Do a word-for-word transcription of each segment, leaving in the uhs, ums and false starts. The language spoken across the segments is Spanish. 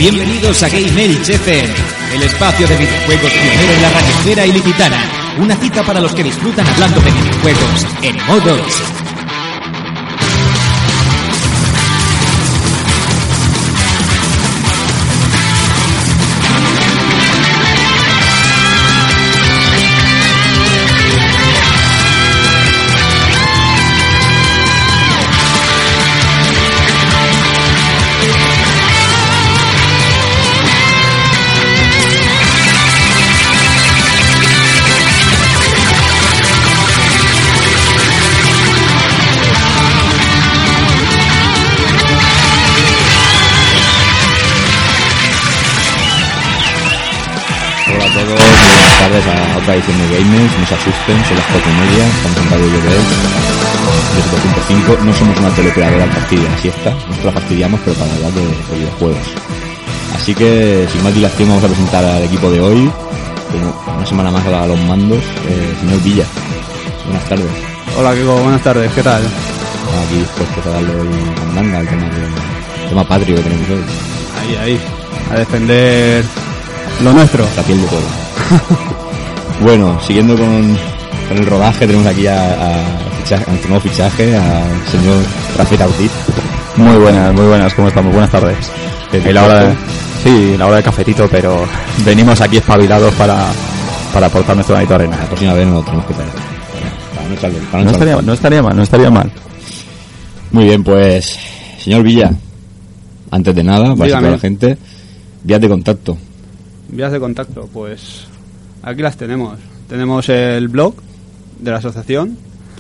Bienvenidos a Game Elche F M, el espacio de videojuegos pionero en la radiosfera ilicitana. Una cita para los que disfrutan hablando de videojuegos en modo easy. A otra edición de Gamers, no se asusten, son las cuatro y media, estamos en Radio Llobregat, desde dos punto cinco, no somos una teleoperadora al fastidio de la siesta, nosotros la fastidiamos pero para hablar de, de videojuegos. Así que, sin más dilación, vamos a presentar al equipo de hoy, como una semana más a los mandos, eh, señor Villa, buenas tardes. Hola Kiko, buenas tardes, ¿qué tal? Aquí dispuestos a darle hoy mandanga al tema, de, tema patrio que tenemos hoy. Ahí, ahí, a defender lo nuestro. La piel de todo. Bueno, siguiendo con, con el rodaje, tenemos aquí a, a, fichaje, a nuestro nuevo fichaje, al señor Rafael Ortiz. Muy buenas, muy buenas, ¿cómo estamos? Buenas tardes. Y la hora de, sí, la hora de cafetito, pero venimos aquí espabilados para, para aportar nuestro granito de arena. La próxima vez no lo tenemos que traer. Para no, echarle, para no, no, estaría, no estaría mal, no estaría mal. Muy bien, pues, señor Villa, antes de nada, para toda la gente, vías de contacto. Vías de contacto, pues aquí las tenemos. Tenemos el blog de la asociación,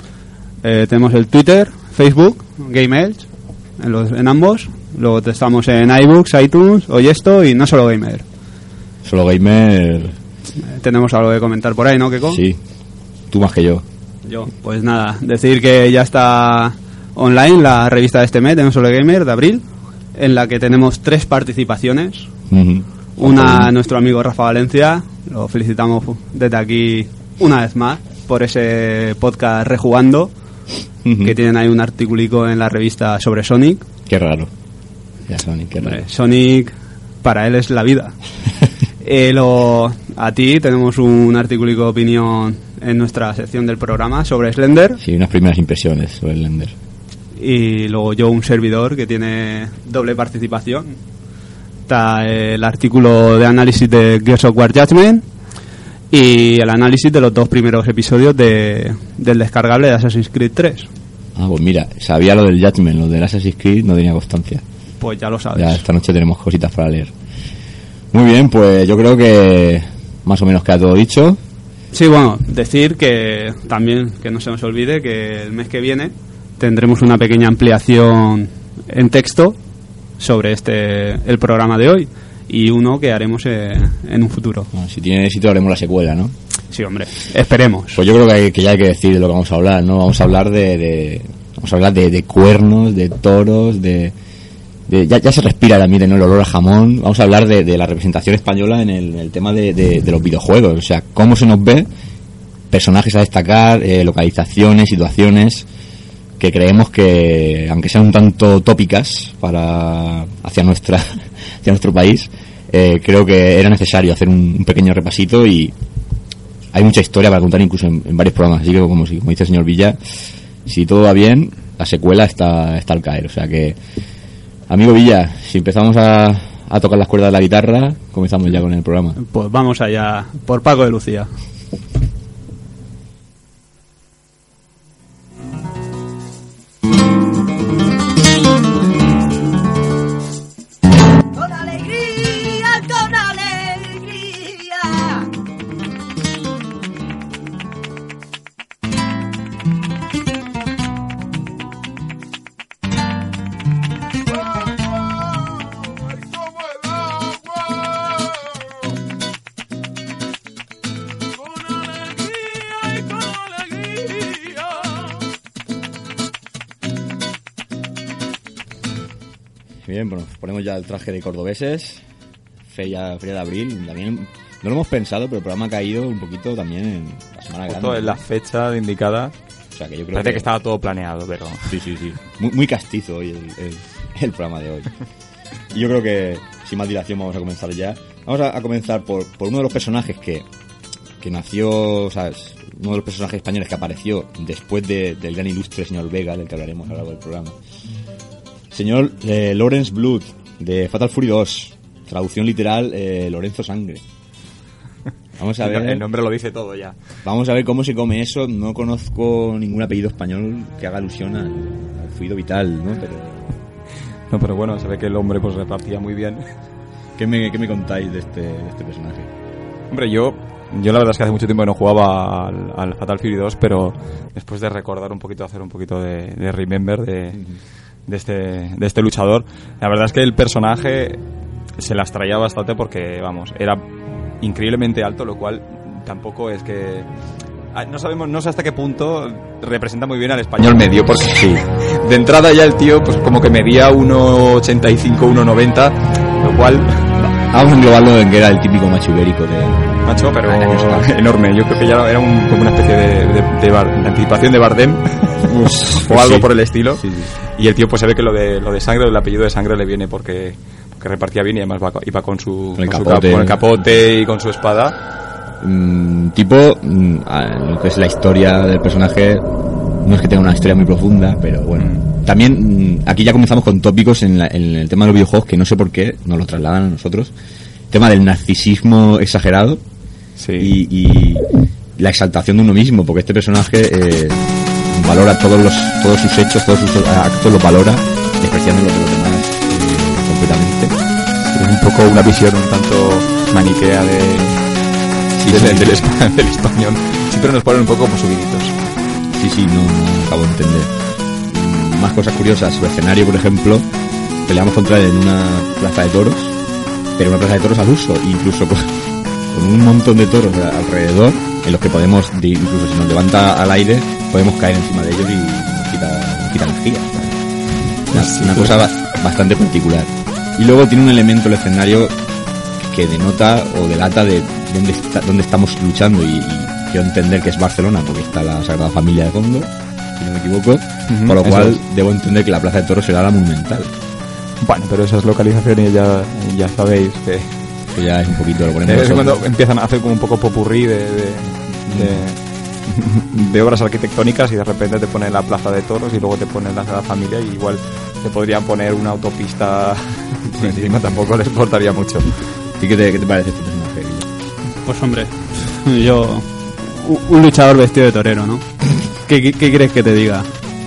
eh, tenemos el Twitter, Facebook, Game Elche, en, los, en ambos. Luego estamos en iBooks, iTunes, Oyesto y no solo Gamer. Solo Gamer. Eh, tenemos algo que comentar por ahí, ¿no, Keko? Sí, tú más que yo. Yo, pues nada, decir que ya está online la revista de este mes, de No Solo Gamer, de abril, en la que tenemos tres participaciones. Uh-huh. Una, nuestro amigo Rafa Valencia, lo felicitamos desde aquí una vez más por ese podcast Rejugando, uh-huh. que tienen ahí un articulico en la revista sobre Sonic. Qué raro. Ya Sonic, qué raro. Sonic para él es la vida. eh, lo, a ti tenemos un articulico de opinión en nuestra sección del programa sobre Slender. Sí, unas primeras impresiones sobre Slender. Y luego yo un servidor que tiene doble participación. Está el artículo de análisis de Gears of War Judgment y el análisis de los dos primeros episodios de, del descargable de Assassin's Creed tres. Ah, pues mira, sabía lo del Judgment, lo del Assassin's Creed no tenía constancia. Pues ya lo sabes. Ya esta noche tenemos cositas para leer. Muy bien, pues yo creo que más o menos queda todo dicho. Sí, bueno, decir que también, que no se nos olvide, que el mes que viene tendremos una pequeña ampliación en texto sobre este el programa de hoy y uno que haremos eh, en un futuro. Bueno, si tiene éxito haremos la secuela, ¿no? Sí, hombre, esperemos. Pues yo creo que, hay, que ya hay que decir de lo que vamos a hablar, ¿no? Vamos a hablar de, de vamos a hablar de, de cuernos, de toros, de, de ya, ya se respira también, ¿no? El olor a jamón. Vamos a hablar de, de la representación española en el, en el tema de, de, de los videojuegos, o sea, cómo se nos ve, personajes a destacar, eh, localizaciones, situaciones que creemos que, aunque sean un tanto tópicas para hacia nuestra hacia nuestro país, eh, creo que era necesario hacer un, un pequeño repasito y hay mucha historia para contar incluso en, en varios programas, así que como, como dice el señor Villa, si todo va bien, la secuela está, está al caer, o sea que, amigo Villa, si empezamos a, a tocar las cuerdas de la guitarra, comenzamos ya con el programa. Pues vamos allá, por Paco de Lucía. Bien, bueno, ponemos ya el traje de cordobeses, feria, feria de abril, también no lo hemos pensado, pero el programa ha caído un poquito también en la semana grande. Justo en la fecha indicada, o sea que yo creo parece que... que estaba todo planeado, pero... Sí, sí, sí, muy, muy castizo hoy el, el, el programa de hoy. Yo creo que, sin más dilación, vamos a comenzar ya. Vamos a, a comenzar por, por uno de los personajes que, que nació, o sea, es uno de los personajes españoles que apareció después de, del gran ilustre señor Vega, del que hablaremos a lo largo del programa. Señor eh, Lawrence Blood, de Fatal Fury dos. Traducción literal, eh, Lorenzo Sangre. Vamos a ver. El nombre lo dice todo ya. Vamos a ver cómo se come eso. No conozco ningún apellido español que haga alusión al, al fluido vital, ¿no? Pero... No, pero bueno, se ve que el hombre pues repartía muy bien. ¿Qué me, qué me contáis de este, de este personaje? Hombre, yo, yo la verdad es que hace mucho tiempo que no jugaba al, al Fatal Fury dos, pero después de recordar un poquito, hacer un poquito de, de remember de, uh-huh. de, este, de este luchador, la verdad es que el personaje se las traía bastante porque, vamos, era increíblemente alto, lo cual tampoco es que... No sabemos, no sé hasta qué punto representa muy bien al español medio, porque sí, de entrada ya el tío pues como que medía uno ochenta y cinco, uno noventa, lo cual... Vamos a englobarlo en que era el típico macho ibérico de... Macho, pero ah, enorme. Yo creo que ya era un, como una especie de, de, de, bar, de anticipación de Bardem pues, o algo sí. por el estilo. Sí, sí. Y el tío pues se ve que lo de lo de sangre, el apellido de sangre le viene porque, porque repartía bien y además va, iba con su, con el, con capote. Su cap, con el capote y con su espada. Mm, tipo, mm, lo que es la historia del personaje, no es que tenga una historia muy profunda, pero bueno. Mm. También, mm, aquí ya comenzamos con tópicos en, la, en el tema de los videojuegos que no sé por qué nos lo trasladan a nosotros. Tema del narcisismo exagerado sí. y, y la exaltación de uno mismo, porque este personaje eh, valora todos los todos sus hechos, todos sus actos los valora, despreciando los de los demás eh, completamente. Sí, es un poco una visión un tanto maniquea de... Sí, del, sí, del, sí. Del, del español. Siempre nos ponen un poco como subiditos. Sí, sí, no, no acabo de entender. Más cosas curiosas. Su escenario, por ejemplo, peleamos contra él en una plaza de toros, pero una plaza de toros al uso, incluso con, con un montón de toros alrededor, en los que podemos, incluso si nos levanta al aire, podemos caer encima de ellos y nos quita, nos quita energía. Una, sí, una cosa bastante particular. Y luego tiene un elemento el escenario que denota o delata de dónde, está, dónde estamos luchando y, y quiero entender que es Barcelona porque está la Sagrada Familia de fondo, si no me equivoco, uh-huh, por lo cual es. Debo entender que la Plaza de Toros será la Monumental. Bueno, pero esas localizaciones ya, ya sabéis que... que ya es un poquito lo ponemos. Es cuando empiezan a hacer como un poco popurrí de, de, de, de, de obras arquitectónicas y de repente te ponen la Plaza de Toros y luego te ponen la Sagrada Familia y igual te podrían poner una autopista sí, encima, sí. Tampoco les importaría mucho. ¿Y qué te, qué te parece este personaje? Pues hombre, yo... Un luchador vestido de torero, ¿no? ¿Qué, qué, qué crees que te diga?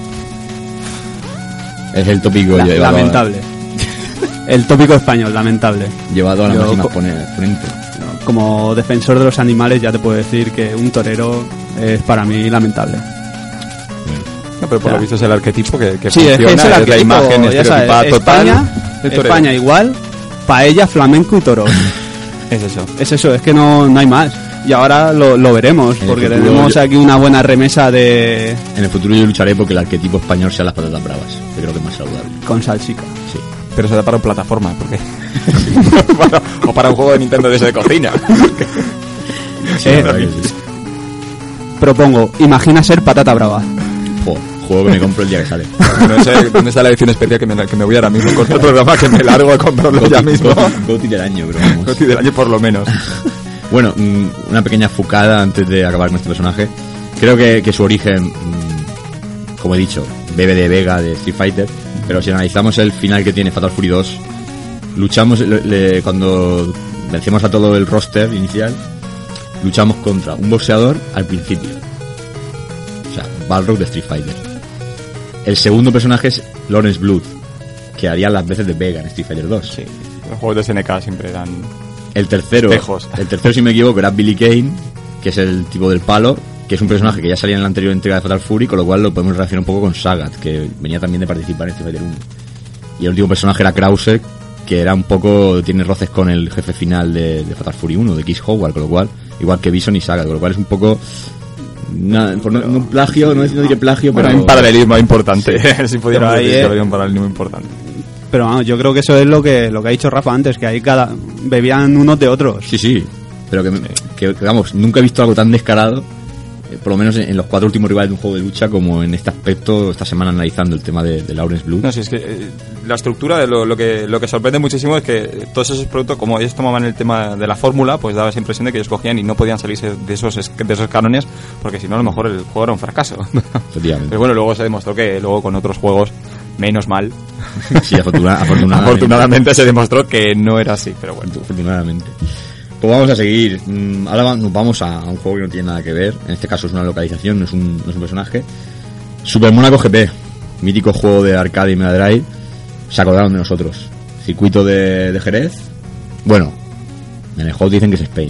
Es el tópico La, lamentable. A... El tópico español, lamentable. Llevado a la máxima exponente. Como defensor de los animales ya te puedo decir que un torero es para mí lamentable. No, pero por o sea, lo visto es el arquetipo que, que sí, funciona, es, el arquetipo, es la imagen estereotipada total. España, España igual, paella, flamenco y toros. Es eso. Es eso, es que no, no hay más. Y ahora lo, lo veremos, en porque tenemos yo, aquí una buena remesa de... En el futuro yo lucharé porque el arquetipo español sea las patatas bravas. Yo creo que es más saludable. Con salchica. Sí. Pero se da para una plataforma, porque... para, o para un juego de Nintendo de ese de cocina. Sí, eh, que sí. Propongo, imagina ser patata brava. Jo, juego que me compro el día que sale. No sé dónde está la edición especial que me, que me voy ahora mismo con el programa, que me largo a comprarlo Goti, ya mismo. Goti del año, bro. Vamos. Goti del año por lo menos. Bueno, una pequeña fucada antes de acabar con este personaje. Creo que, que su origen, como he dicho, bebe de Vega, de Street Fighter. Pero si analizamos el final que tiene Fatal Fury dos, luchamos le, le, cuando vencemos a todo el roster inicial, luchamos contra un boxeador al principio. O sea, Balrog de Street Fighter. El segundo personaje es Lawrence Blood, que haría las veces de Vega en Street Fighter dos. Sí, los juegos de S N K siempre eran... El tercero, espejos. el tercero, si me equivoco, era Billy Kane, que es el tipo del palo, que es un personaje que ya salía en la anterior entrega de Fatal Fury, con lo cual lo podemos relacionar un poco con Sagat, que venía también de participar en Street Fighter uno. Y el último personaje era Krause, que era un poco, tiene roces con el jefe final de, de Fatal Fury uno, de Keith Howard, con lo cual, igual que Bison y Sagat, con lo cual es un poco... Una, por no, no plagio, no, no diré plagio, bueno, pero... un paralelismo importante. Sí, si pudiéramos decir que es... había un paralelismo importante. Pero vamos, yo creo que eso es lo que lo que ha dicho Rafa antes, que ahí cada bebían unos de otros. Sí, sí, pero que, que, que vamos, nunca he visto algo tan descarado eh, por lo menos en, en los cuatro últimos rivales de un juego de lucha, como en este aspecto, esta semana analizando el tema de, de Lawrence Blood. No, si es que eh, la estructura de lo, lo que lo que sorprende muchísimo es que todos esos productos, como ellos tomaban el tema de la fórmula, pues daba esa impresión de que ellos cogían y no podían salirse de esos de esos cánones, porque si no a lo mejor el juego era un fracaso. Efectivamente. Pero bueno, luego se demostró que luego con otros juegos, menos mal, Sí, afortuna- afortunadamente. afortunadamente se demostró que no era así, pero bueno. Afortunadamente. Pues vamos a seguir. Mm, Ahora va- nos vamos a, a un juego que no tiene nada que ver. En este caso es una localización, no es un, no es un personaje. Super Monaco G P, mítico juego de arcade y Mega Drive. Se acordaron de nosotros. Circuito de, de Jerez. Bueno, en el juego dicen que es Spain.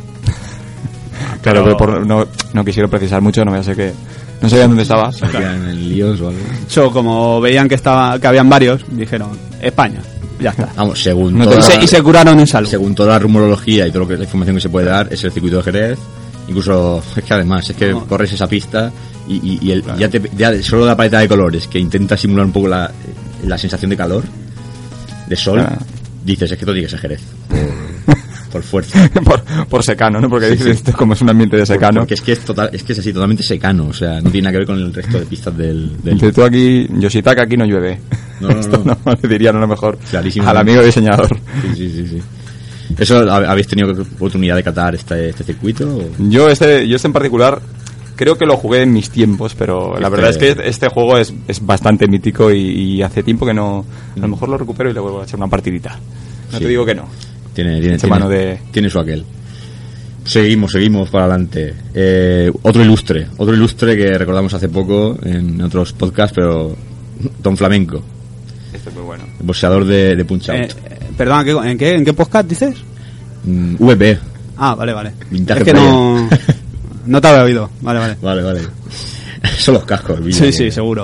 Claro, pero por, no, no quisieron precisar mucho, no voy a ser que no sabían dónde estaba. Se quedan en líos o algo. Eso, como veían que estaba que habían varios, dijeron, España, ya está. Vamos, según No te- toda, Y se, y se curaron en salud. según toda la rumorología y todo lo que la información que se puede dar, es el circuito de Jerez. Incluso, es que además, es que No. corres esa pista y, y, y el, ya, te, ya solo la paleta de colores que intenta simular un poco la, la sensación de calor, de sol, Ah. dices, es que todo tiene que ser Jerez. Por, por fuerza. por, por secano, ¿no? Porque Sí, dices, sí. esto como es un ambiente de secano. Porque es que es, total, es que es así, totalmente secano. O sea, no tiene nada que ver con el resto de pistas del... del Dice, tú aquí, Yoshitaka, aquí no llueve. No, no, Esto no. no le dirían a lo mejor Clarísimo. al amigo diseñador. Sí, sí, sí, sí. ¿Eso hab- habéis tenido oportunidad de catar este, este circuito? o? Yo este, yo este en particular creo que lo jugué en mis tiempos, pero la Este- verdad es que este juego es, es bastante mítico y, y hace tiempo que no... A lo mejor lo recupero y le vuelvo a echar una partidita. No Sí. te digo que no. Tiene, tiene, Echa tiene, mano de- tiene su aquel. Seguimos, seguimos para adelante. Eh, otro ilustre, otro ilustre que recordamos hace poco en otros podcasts, pero Don Flamenco, Este es muy bueno. el boxeador de, de Punch Out. Eh, eh, perdona, ¿qué- ¿en qué, ¿en qué podcast dices? Mm, V P. Ah, vale, vale. Vintage es que player. no, no te había oído. Vale, vale. Vale, vale. Son los cascos. el vídeo Sí, que- sí, seguro.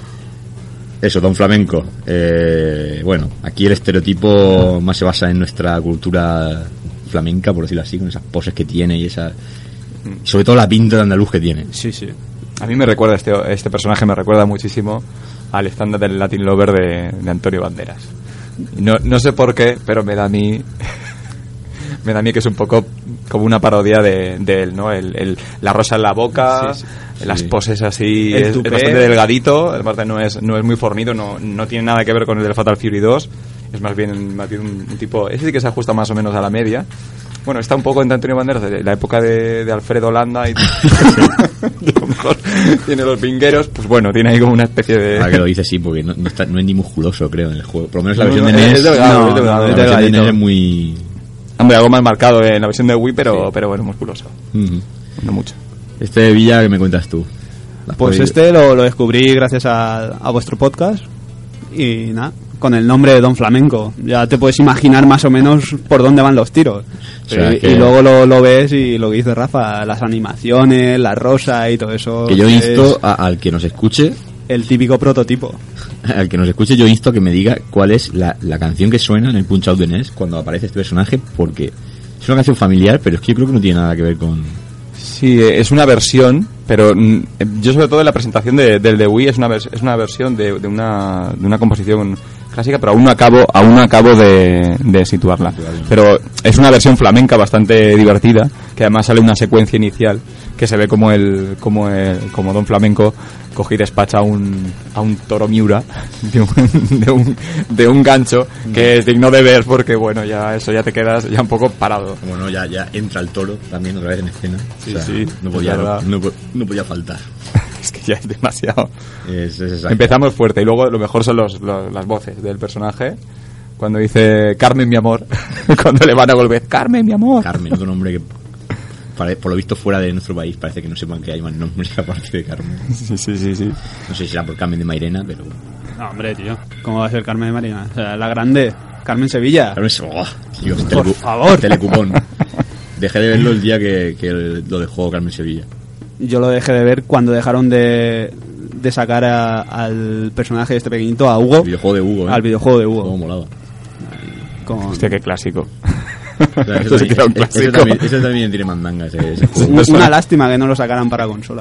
Eso, Don Flamenco. Eh, bueno, aquí el estereotipo más se basa en nuestra cultura flamenca, por decirlo así, con esas poses que tiene y esa... Sobre todo la pinta de andaluz que tiene. Sí, sí. A mí me recuerda, este, este personaje me recuerda muchísimo al estándar del Latin Lover de, de Antonio Banderas. No, no sé por qué, pero me da a mí... me da a mí que es un poco como una parodia de, de él, ¿no? El, el- la rosa en la boca, Sí, las sí. poses así, El es, es tupé. bastante delgadito, aparte no es, no es muy fornido, no, no tiene nada que ver con el del Fatal Fury dos, es más bien, más bien un, un tipo, ese sí que se ajusta más o menos a la media. Bueno, está un poco entre Antonio Banderas de la época de, de Alfredo Landa y a lo mejor tiene los vingueros, pues bueno, tiene ahí como una especie de... Ahora que lo dices, sí, porque no, no, está, no es ni musculoso, creo, en el juego. Por lo menos la No, versión no, de N E S... es delgado, no, es delgado, la es versión de delgadito. N E S es muy... Hombre, algo más marcado en la versión de Wii, pero, Sí. pero bueno, musculoso. Ujú. No mucho. Este de Villa, ¿qué me cuentas tú? ¿Lo has Pues podido? este lo, lo descubrí gracias a, a vuestro podcast y nada, con el nombre de Don Flamenco. Ya te puedes imaginar más o menos por dónde van los tiros. O sea, y, que- y luego lo, lo ves y lo que dice Rafa, las animaciones, la rosa y todo eso. Que yo es insto a- al que nos escuche, el típico prototipo. al que nos escuche, yo insto a que me diga cuál es la, la canción que suena en el Punch Out de N E S cuando aparece este personaje, porque es una canción familiar, pero es que yo creo que no tiene nada que ver con... Sí, eh, es una versión, pero mm, eh, yo sobre todo en la presentación de, del de Wii es una, vers- es una versión de, de, una, de una composición clásica, pero aún no acabo, aún no acabo de, de situarla. Pero es una versión flamenca bastante divertida, que además sale una secuencia inicial que se ve como el, como el, como Don Flamenco coge y despacha a un, a un toro Miura de un, de un, de un gancho que es digno de ver porque bueno, ya eso ya te quedas ya un poco parado. Bueno, ya, ya entra el toro también otra vez en escena. Sí, O sea, sí, no es podía, verdad. no, po- no podía faltar. Es que ya es demasiado. Es, es exacto. Empezamos fuerte y luego lo mejor son los, los- las voces del personaje. Cuando dice Carmen mi amor, cuando le van a volver Carmen mi amor. Carmen, otro nombre que pare- por lo visto fuera de nuestro país parece que no sepan que hay más nombres aparte de Carmen. Sí, sí, sí, sí. No sé si será por Carmen de Mairena, pero... No, hombre, tío. ¿Cómo va a ser Carmen de Marina? O sea, la grande, Carmen Sevilla. Carmen se... ¡Oh, Dios, Por telecu- favor. Telecupón. Dejé de verlo el día que, que lo dejó Carmen Sevilla. Yo lo dejé de ver cuando dejaron de, de sacar a- al personaje de este pequeñito, a Hugo, El videojuego de Hugo, ¿eh? al videojuego de Cómo Hugo. molaba. Con- Hostia, qué clásico. O sea, Esto sí que era un eso clásico. también, eso también tiene mandanga, ese, ese juego. Un- una lástima que no lo sacaran para consola.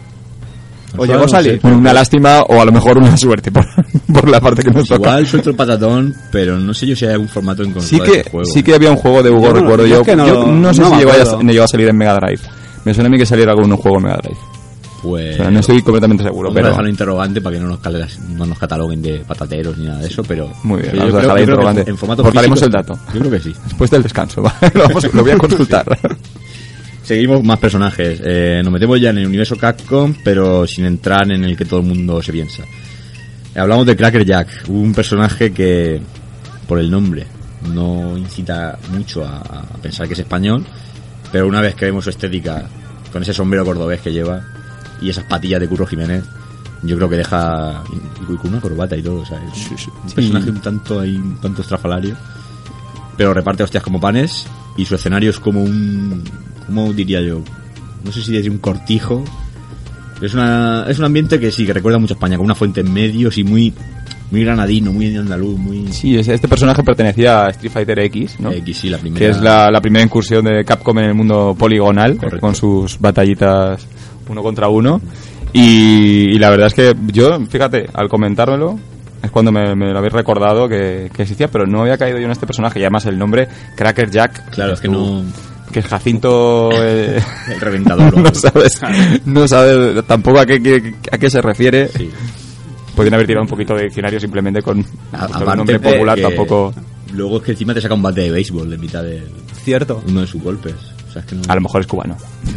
¿O Consola, llegó a no salir? sé. Bueno, una lástima o a lo mejor una suerte por, por la parte que nos toca. Igual suelto el patatón, pero no sé yo si hay algún formato en Sí consola de que, ese juego. sí que había un juego de Hugo, Yo no- recuerdo yo yo. es que no Yo lo- no sé no si me llegó a, acuerdo. llegó a salir en Mega Drive. Me suena a mí que saliera algún juego Mega Drive. Pues... O sea, no estoy completamente seguro, vamos pero... a dejarlo interrogante para que no nos, cales, no nos cataloguen de patateros ni nada de eso, pero... Muy bien, pero vamos yo a creo, dejar yo creo interrogante. que en formato Aportaremos físico, el dato. Yo creo que sí. Después del descanso, ¿vale? lo, vamos, lo voy a consultar. Seguimos más personajes. Eh, nos metemos ya en el universo Capcom, pero sin entrar en el que todo el mundo se piensa. Eh, hablamos de Cracker Jack, un personaje que, por el nombre, no incita mucho a, a pensar que es español, pero una vez que vemos su estética, con ese sombrero cordobés que lleva y esas patillas de Curro Jiménez, yo creo que deja... y con una corbata y todo, ¿sabes? Sí, sí. Un personaje un tanto ahí, un tanto estrafalario, pero reparte hostias como panes, y su escenario es como un... ¿cómo diría yo? No sé si decir un cortijo. Es una es un ambiente que sí, que recuerda mucho a España, con una fuente en medio, sí, muy muy granadino, muy andaluz, muy... Sí, este personaje pertenecía a Street Fighter X, ¿no? X, sí, la primera. Que es la, la primera incursión de Capcom en el mundo poligonal, correcto, con sus batallitas uno contra uno. Y, y la verdad es que yo, fíjate, al comentármelo, es cuando me, me lo habéis recordado que, que existía, pero no había caído yo en este personaje, y además el nombre Cracker Jack... Claro, es que no... que es Jacinto eh, el reventador, no sabes no sabes tampoco a qué, qué a qué se refiere. Sí. Podrían haber tirado un poquito de diccionario simplemente con a, un nombre popular. Tampoco, luego es que encima te saca un bate de béisbol de mitad de cierto uno de sus golpes, o sea, es que no... a lo mejor es cubano.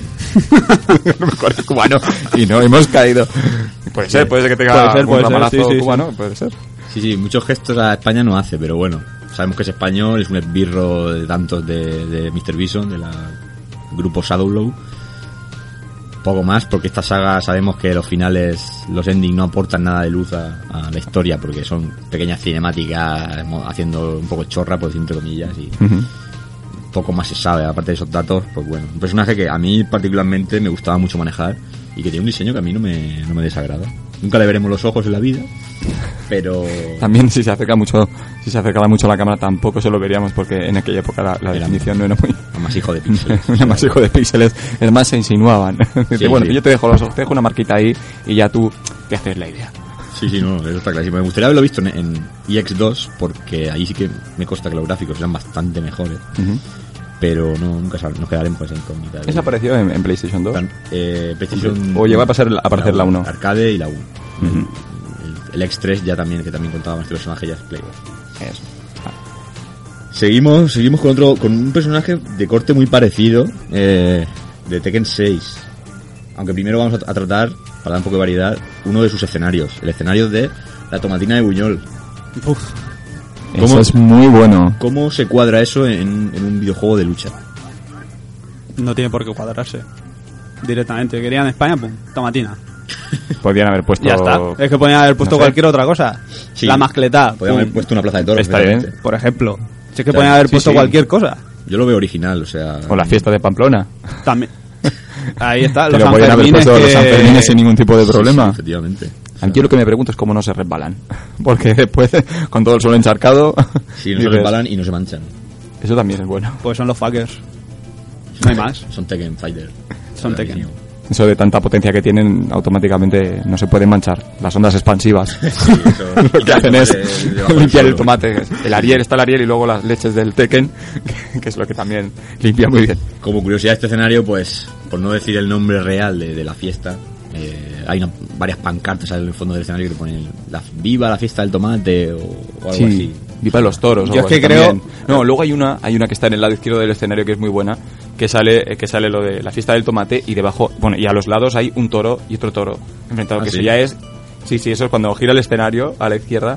A lo mejor es cubano y no hemos caído. Puede ser, puede ser que tenga puede ser, un puede ramalazo ser, sí, sí, cubano, sí. puede ser. Sí, sí, muchos gestos a España no hace, pero bueno, sabemos que es español, es un esbirro de tantos de, de míster Bison, de la grupo Shadowlow. Poco más, porque esta saga sabemos que los finales, los endings no aportan nada de luz a, a la historia, porque son pequeñas cinemáticas haciendo un poco chorra, por decir entre comillas, y uh-huh. poco más se sabe, aparte de esos datos. Pues bueno, un personaje que a mí particularmente me gustaba mucho manejar y que tiene un diseño que a mí no me, no me desagrada. Nunca le veremos los ojos en la vida, pero... También si se acerca mucho, si se acercaba mucho a la cámara tampoco se lo veríamos, porque en aquella época la, la definición no era muy... Un masijo de píxeles. Un masijo de píxeles. Es más, se insinuaban. Dice, sí, bueno, sí. Yo te dejo los ojos, te dejo una marquita ahí y ya tú te haces la idea. Sí, sí, no, eso está clarísimo. Me gustaría haberlo visto en, en E X dos, porque ahí sí que me consta que los gráficos eran bastante mejores. Uh-huh. Pero no, nunca sabremos, nos quedaremos con esa incógnita. ¿Esa apareció en, en PlayStation dos? Eh, PlayStation... ¿O llegó a, pasar, a aparecer la uno? Arcade y la uno. Uh-huh. El, el X tres ya también, que también contaba con este personaje, ya es Playboy. Eso. Ah. Seguimos, seguimos con otro, con un personaje de corte muy parecido, eh, de Tekken seis. Aunque primero vamos a, a tratar, para dar un poco de variedad, uno de sus escenarios. El escenario de la tomatina de Buñol. Uf. Eso es muy bueno. ¿Cómo se cuadra eso en, en un videojuego de lucha? No tiene por qué cuadrarse. Directamente. Querían España, pum, tomatina. Podrían haber puesto... Ya está. Es que podrían haber puesto no sé. cualquier otra cosa. Sí. La mascletá. Podrían haber puesto una plaza de toros. Está bien. Por ejemplo. Si es que podrían haber sí, puesto sí. cualquier cosa. Yo lo veo original, o sea... O la fiesta de Pamplona. También. Ahí está. Los Sanfermines que... los Sanfermines sin ningún tipo de problema. Sí, sí, efectivamente. A mí lo que me pregunto es cómo no se resbalan. Porque después, con todo el suelo encharcado... Sí, no se resbalan y no se manchan. Eso también es bueno. Pues son los fuckers. No hay más. Son Tekken Fighter. Son Tekken. Eso de tanta potencia que tienen, automáticamente no se pueden manchar. Las ondas expansivas. Sí, eso. Lo que hacen es de, de limpiar el tomate. El Ariel, está el Ariel y luego las leches del Tekken, que es lo que también limpia muy bien. Como curiosidad de este escenario, pues, por no decir el nombre real de, de la fiesta, eh, hay una, varias pancartas en el fondo del escenario que te ponen la, viva la fiesta del tomate o, o algo sí, así. Viva los toros. Yo es que creo... También. No, luego hay una, hay una que está en el lado izquierdo del escenario que es muy buena, que sale que sale lo de la fiesta del tomate y debajo, bueno, y a los lados hay un toro y otro toro enfrentado, ¿Ah, que sí? eso ya es, sí, sí, eso es cuando gira el escenario a la izquierda,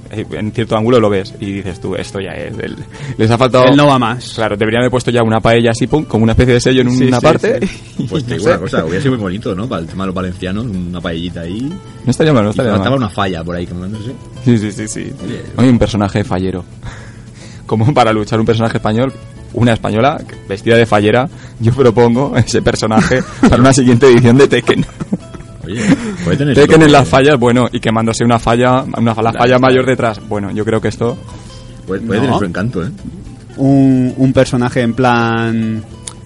en cierto ángulo lo ves y dices tú, esto ya es, el, les ha faltado... Él no va más. Claro, deberían haber puesto ya una paella así, pum, como una especie de sello en sí, una sí, sí. Y pues te digo no sé. Una cosa, hubiera sido muy bonito, ¿no? Para el tema de los valencianos, una paellita ahí. No estaría mal, no estaría mal. Estaba una falla por ahí, que no sé. Sí, sí, sí, sí. Hay un personaje fallero. Como para luchar un personaje español, una española vestida de fallera, yo propongo ese personaje para una siguiente edición de Tekken. Oye, puede tener Tekken en las fallas, bueno, y quemándose una falla, una la falla mayor detrás. Bueno, yo creo que esto puede, puede no. tener su encanto, ¿eh? Un, un personaje en plan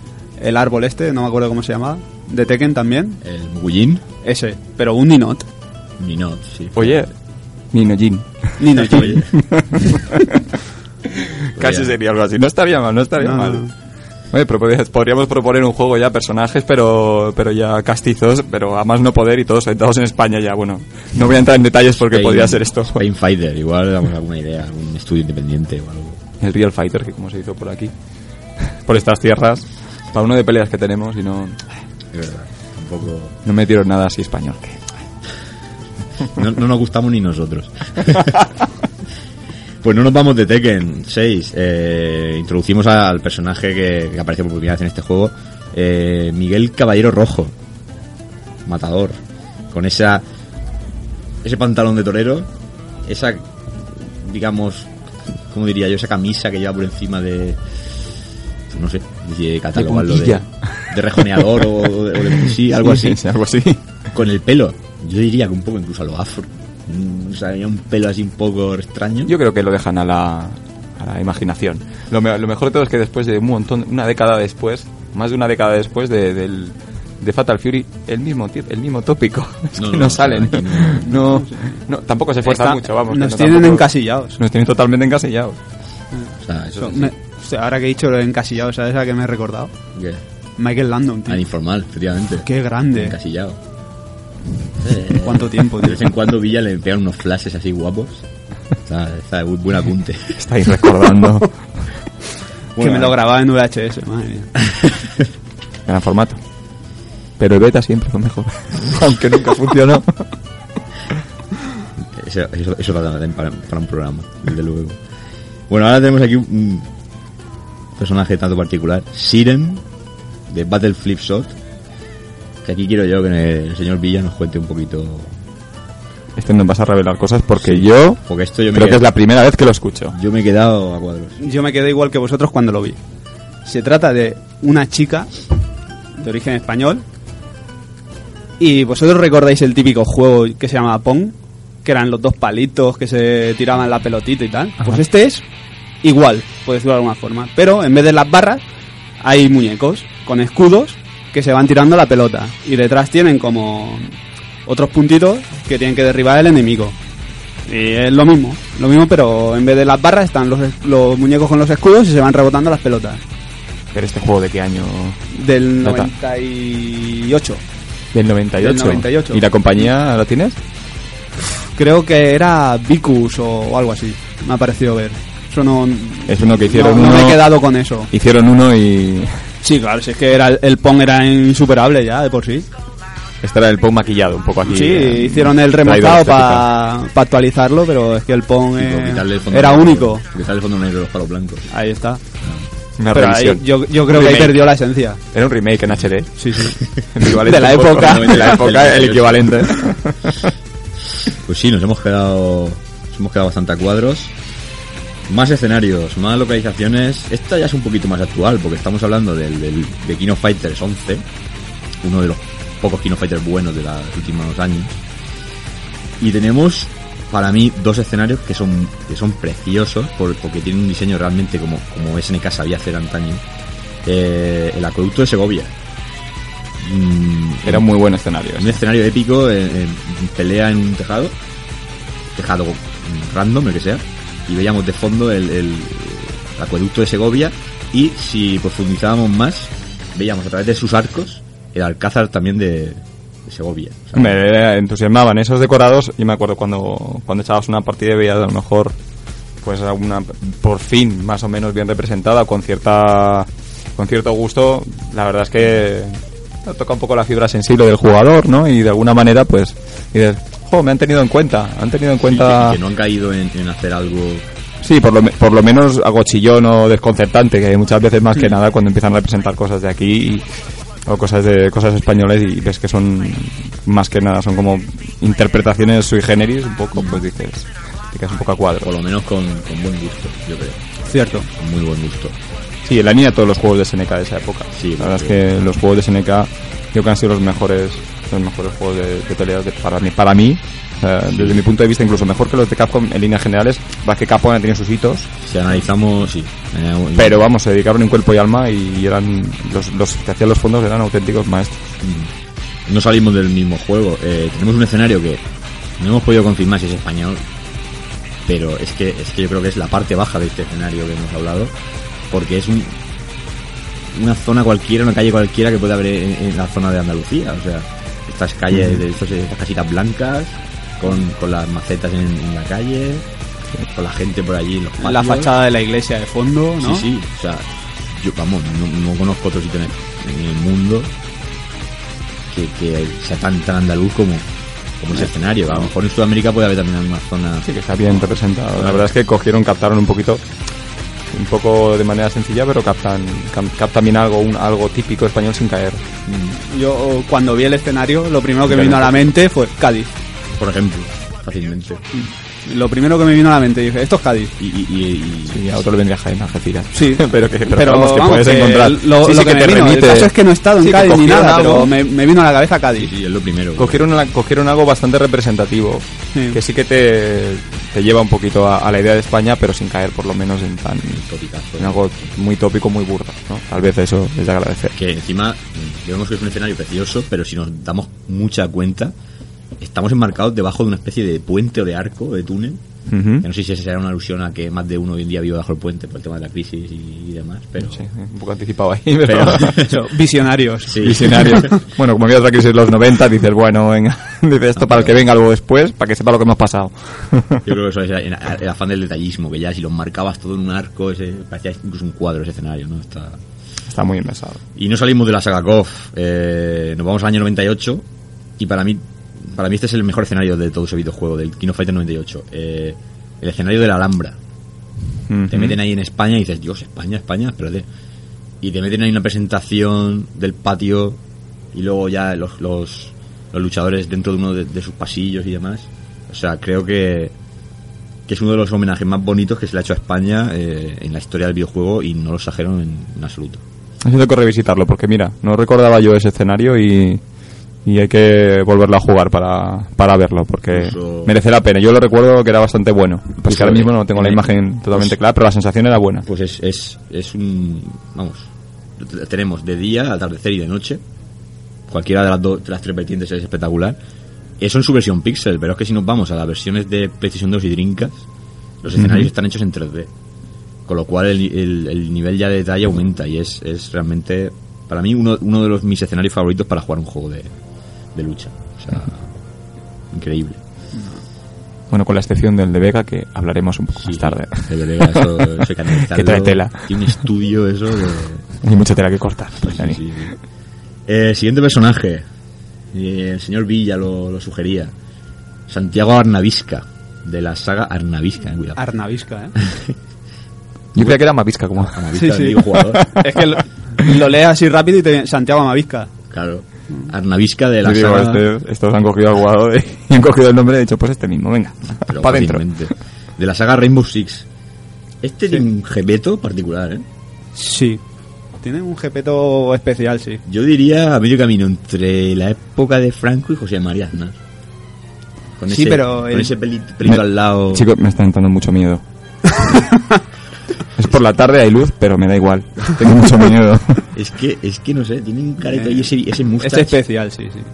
el árbol este, no me acuerdo cómo se llamaba, de Tekken también. El Mugullín. Ese, pero un Ninot. Ninot, sí. Oye, Ninojin. Ninojin. Casi sería algo así. No estaría mal, no estaría no. mal. Oye, pero podríamos, podríamos proponer un juego ya, personajes, pero pero ya castizos, pero a más no poder y todos sentados en España ya, bueno. No voy a entrar en detalles porque Spain, podría ser esto. Spain Fighter, igual damos alguna idea, algún estudio independiente o algo. El Real Fighter, que como se hizo por aquí, por estas tierras, para uno de peleas que tenemos y no... Es verdad, tampoco... No metieron nada así español. No, no nos gustamos ni nosotros. Pues no nos vamos de Tekken seis. Eh, introducimos al personaje que, que aparece por primera vez en este juego, eh, Miguel Caballero Rojo, matador, con esa ese pantalón de torero, esa, digamos, ¿cómo diría yo? Esa camisa que lleva por encima de, no sé, de catalogarlo de, de rejoneador o, o de, o de sí, algo sí, así, sí, algo así. Con el pelo, yo diría que un poco incluso a lo afro. O sea, había un pelo así un poco extraño. Yo creo que lo dejan a la, a la imaginación. Lo, me, lo mejor de todo es que después de un montón, una década después, más de una década después de, del, de Fatal Fury, el mismo el mismo tópico. Es no, que no, no salen. No, no, no, no, tampoco se esfuerzan Está, mucho, vamos. Nos no, tienen tampoco, encasillados. Nos tienen totalmente encasillados. O sea, eso me, o sea, ahora que he dicho lo de encasillado, ¿sabes a qué me he recordado? ¿Qué? Michael Landon, tío. Al informal, efectivamente. Qué grande. Encasillado. ¿Cuánto tiempo, tío? De vez en cuando Villa le pegan unos flashes así guapos. Está, está muy buen apunte. Estáis recordando. Que bueno, me lo grababa en V H S, madre mía. Gran formato. Pero el beta siempre fue mejor. Aunque nunca funcionó. Eso, eso, eso para, para, para un programa, desde luego. Bueno, ahora tenemos aquí un personaje tanto particular, Siren, de Battle Flip Shot. Que aquí quiero yo que el señor Villa nos cuente un poquito. Este nos vas a revelar cosas porque sí, yo, porque esto yo me creo quedé, que es la primera vez que lo escucho. Yo me he quedado a cuadros. Yo me quedé igual que vosotros cuando lo vi. Se trata de una chica de origen español. Y vosotros recordáis el típico juego que se llamaba Pong, que eran los dos palitos que se tiraban la pelotita y tal. Ajá. Pues este es igual, por decirlo de alguna forma. Pero en vez de las barras hay muñecos con escudos que se van tirando la pelota y detrás tienen como otros puntitos que tienen que derribar el enemigo. Y es lo mismo, lo mismo, pero en vez de las barras están los, los muñecos con los escudos y se van rebotando las pelotas. ¿Pero este juego de qué año? Del noventa y ocho. Del noventa y ocho. Del noventa y ocho. ¿Y la compañía la tienes? Creo que era Vicus o algo así, me ha parecido ver. Eso no... Es uno que hicieron no, uno... No me he quedado con eso. Hicieron uno y... Sí, claro, si es que era el, el Pong era insuperable ya, de por sí. Este era el Pong maquillado, un poco aquí. Sí, eh, hicieron el remozado para pa actualizarlo, pero es que el Pong sí, eh, el era negro, único. Quitarle el fondo negro de los palos blancos. Ahí está. Una pero revisión. Ahí, yo, yo creo que ahí perdió la esencia. Era un remake en H D. Sí, sí. De la época. De la época, el equivalente. Pues sí, nos hemos quedado, nos hemos quedado bastante a cuadros. Más escenarios, más localizaciones. Esta ya es un poquito más actual, porque estamos hablando del, del de King of Fighters once, uno de los pocos King of Fighters buenos de los últimos años. Y tenemos, para mí, dos escenarios que son que son preciosos, por, porque tienen un diseño realmente como, como S N K sabía hacer antaño. Eh, el acueducto de Segovia. Mm, Era un muy buen escenario. Un escenario épico, en, en pelea en un tejado, tejado random, el que sea. Y veíamos de fondo el, el, el acueducto de Segovia, y si profundizábamos más veíamos a través de sus arcos el alcázar también de, de Segovia. O sea, me entusiasmaban esos decorados. Y me acuerdo cuando cuando echabas una partida y veías a lo mejor pues una por fin más o menos bien representada, con cierta con cierto gusto. La verdad es que toca un poco la fibra sensible del jugador, ¿no? Y de alguna manera pues dices, me han tenido en cuenta, han tenido en cuenta... Sí, que, que no han caído en, en hacer algo... Sí, por lo, por lo menos algo chillón o desconcertante, que muchas veces más que nada cuando empiezan a representar cosas de aquí o cosas de cosas españoles y ves que son más que nada, son como interpretaciones sui generis, un poco, pues dices, te quedas un poco a cuadro. Por lo menos con, con buen gusto, yo creo. Cierto. Con muy buen gusto. Sí, en la línea de todos los juegos de S N K de esa época. Sí, la verdad es que los juegos de S N K yo creo que han sido los mejores los mejores juegos de, de peleas de, para mí, para mí o sea, sí. Desde mi punto de vista incluso mejor que los de Capcom en líneas generales. Va que Capcom tiene sus hitos, si analizamos, sí, eh, pero vamos, se dedicaron en cuerpo y alma y eran los, los que hacían los fondos eran auténticos maestros. No salimos del mismo juego. Eh, tenemos un escenario que no hemos podido confirmar si es español, pero es que es que yo creo que es la parte baja de este escenario que hemos hablado, porque es un una zona cualquiera, una calle cualquiera que puede haber en, en la zona de Andalucía. O sea, estas calles, uh-huh. de estos, estas casitas blancas, con, con las macetas en, en la calle, con la gente por allí en los patios. La fachada de la iglesia de fondo, ¿no? Sí, sí, o sea, yo, vamos, no, no conozco otro sitio en el, en el mundo que, que sea tan, tan andaluz como, como ese escenario. A lo mejor en Sudamérica puede haber también alguna zona. Sí, que está bien representado. La verdad es que cogieron, captaron un poquito, un poco de manera sencilla, pero captan, captan bien algo, un, algo típico español sin caer. Yo cuando vi el escenario, lo primero que me vino a la mente fue Cádiz. Por ejemplo, fácilmente. Lo primero que me vino a la mente, dije, esto es Cádiz. Y, y, y, y sí, a otro le vendría Jaén, Algeciras. Sí, pero que, pero, pero vamos, que vamos, puedes que encontrar. Lo, sí, lo sí, que, que me te vino, remite. el caso es que no he estado en sí, Cádiz ni nada, algo, pero me, me vino a la cabeza Cádiz. Sí, sí, es lo primero. Cogieron, una, cogieron algo bastante representativo, sí. que sí que te, te lleva un poquito a, a la idea de España, pero sin caer por lo menos en tan Topicazo, en algo muy tópico, muy burdo, ¿no? Tal vez eso es de agradecer. Que encima vemos que es un escenario precioso, pero si nos damos mucha cuenta, estamos enmarcados debajo de una especie de puente o de arco o de túnel. Uh-huh. Que no sé si esa será una alusión a que más de uno hoy en día vive bajo el puente por el tema de la crisis y, y demás, pero sí, un poco anticipado ahí, pero, pero... visionarios, sí. visionarios. Bueno, como había otra crisis en los noventa, dices, bueno, venga, dices esto no, para el que venga algo después, para que sepa lo que hemos pasado. Yo creo que eso es el, el afán del detallismo, que ya si lo marcabas todo en un arco, ese parecía incluso un cuadro ese escenario, ¿no? Está está muy enmesado. Y no salimos de la saga K O F, eh, nos vamos al año noventa y ocho y para mí Para mí este es el mejor escenario de todo ese videojuego, del King of Fighters noventa y ocho. Eh, el escenario de la Alhambra. Uh-huh. Te meten ahí en España y dices, Dios, España, España, espérate. Y te meten ahí una presentación del patio y luego ya los, los, los luchadores dentro de uno de, de sus pasillos y demás. O sea, creo que, que es uno de los homenajes más bonitos que se le ha hecho a España eh, en la historia del videojuego y no lo exagero en, en absoluto. Ha sido que revisitarlo porque mira, no recordaba yo ese escenario y... y hay que volverlo a jugar para, para verlo porque Eso... merece la pena. Yo lo recuerdo que era bastante bueno, pues que ahora mismo no tengo la imagen totalmente pues, clara, pero la sensación era buena. Pues es es, es un... vamos, tenemos de día, atardecer y de noche, cualquiera de las, dos, de las tres vertientes es espectacular. Eso en su versión pixel, pero es que si nos vamos a las versiones de PlayStation dos y Dreamcast, los escenarios uh-huh. están hechos en tres D, con lo cual el, el, el nivel ya de detalle aumenta y es, es realmente para mí uno, uno de los mis escenarios favoritos para jugar un juego de de lucha, o sea, increíble. Bueno, con la excepción del de Vega, que hablaremos un poco sí, más tarde. El de Vega, eso, eso que, que trae tela. Tiene un estudio, eso. De... Hay mucha tela que cortar. Pues, sí, sí, sí. Eh, siguiente personaje, eh, el señor Villa lo, lo sugería. Santiago Arnavisca, de la saga Arnavisca, eh, cuidado. Arnavisca, ¿eh? Yo creía que era Mavisca, como. Amavisca, sí, sí. jugador. Es que lo, lo lees así rápido y te viene Santiago Amavisca. Claro. Arnavisca de la digo, saga... este, estos han cogido al jugador y han cogido el nombre y han dicho, pues este mismo, venga, para adentro. De la saga Rainbow Six. Este sí. Tiene un gepeto particular, ¿eh? Sí. Tiene un gepeto especial, sí. Yo diría a medio camino entre la época de Franco y José María Aznar. Con sí, ese, pero... Con el... ese pelito, pelito me, al lado... Chicos, me está entrando mucho miedo. Es por la tarde, hay luz, pero me da igual. Tengo mucho miedo. Es que, es que no sé, tiene un careto ahí, ese, ese mustache. Es especial, sí, sí.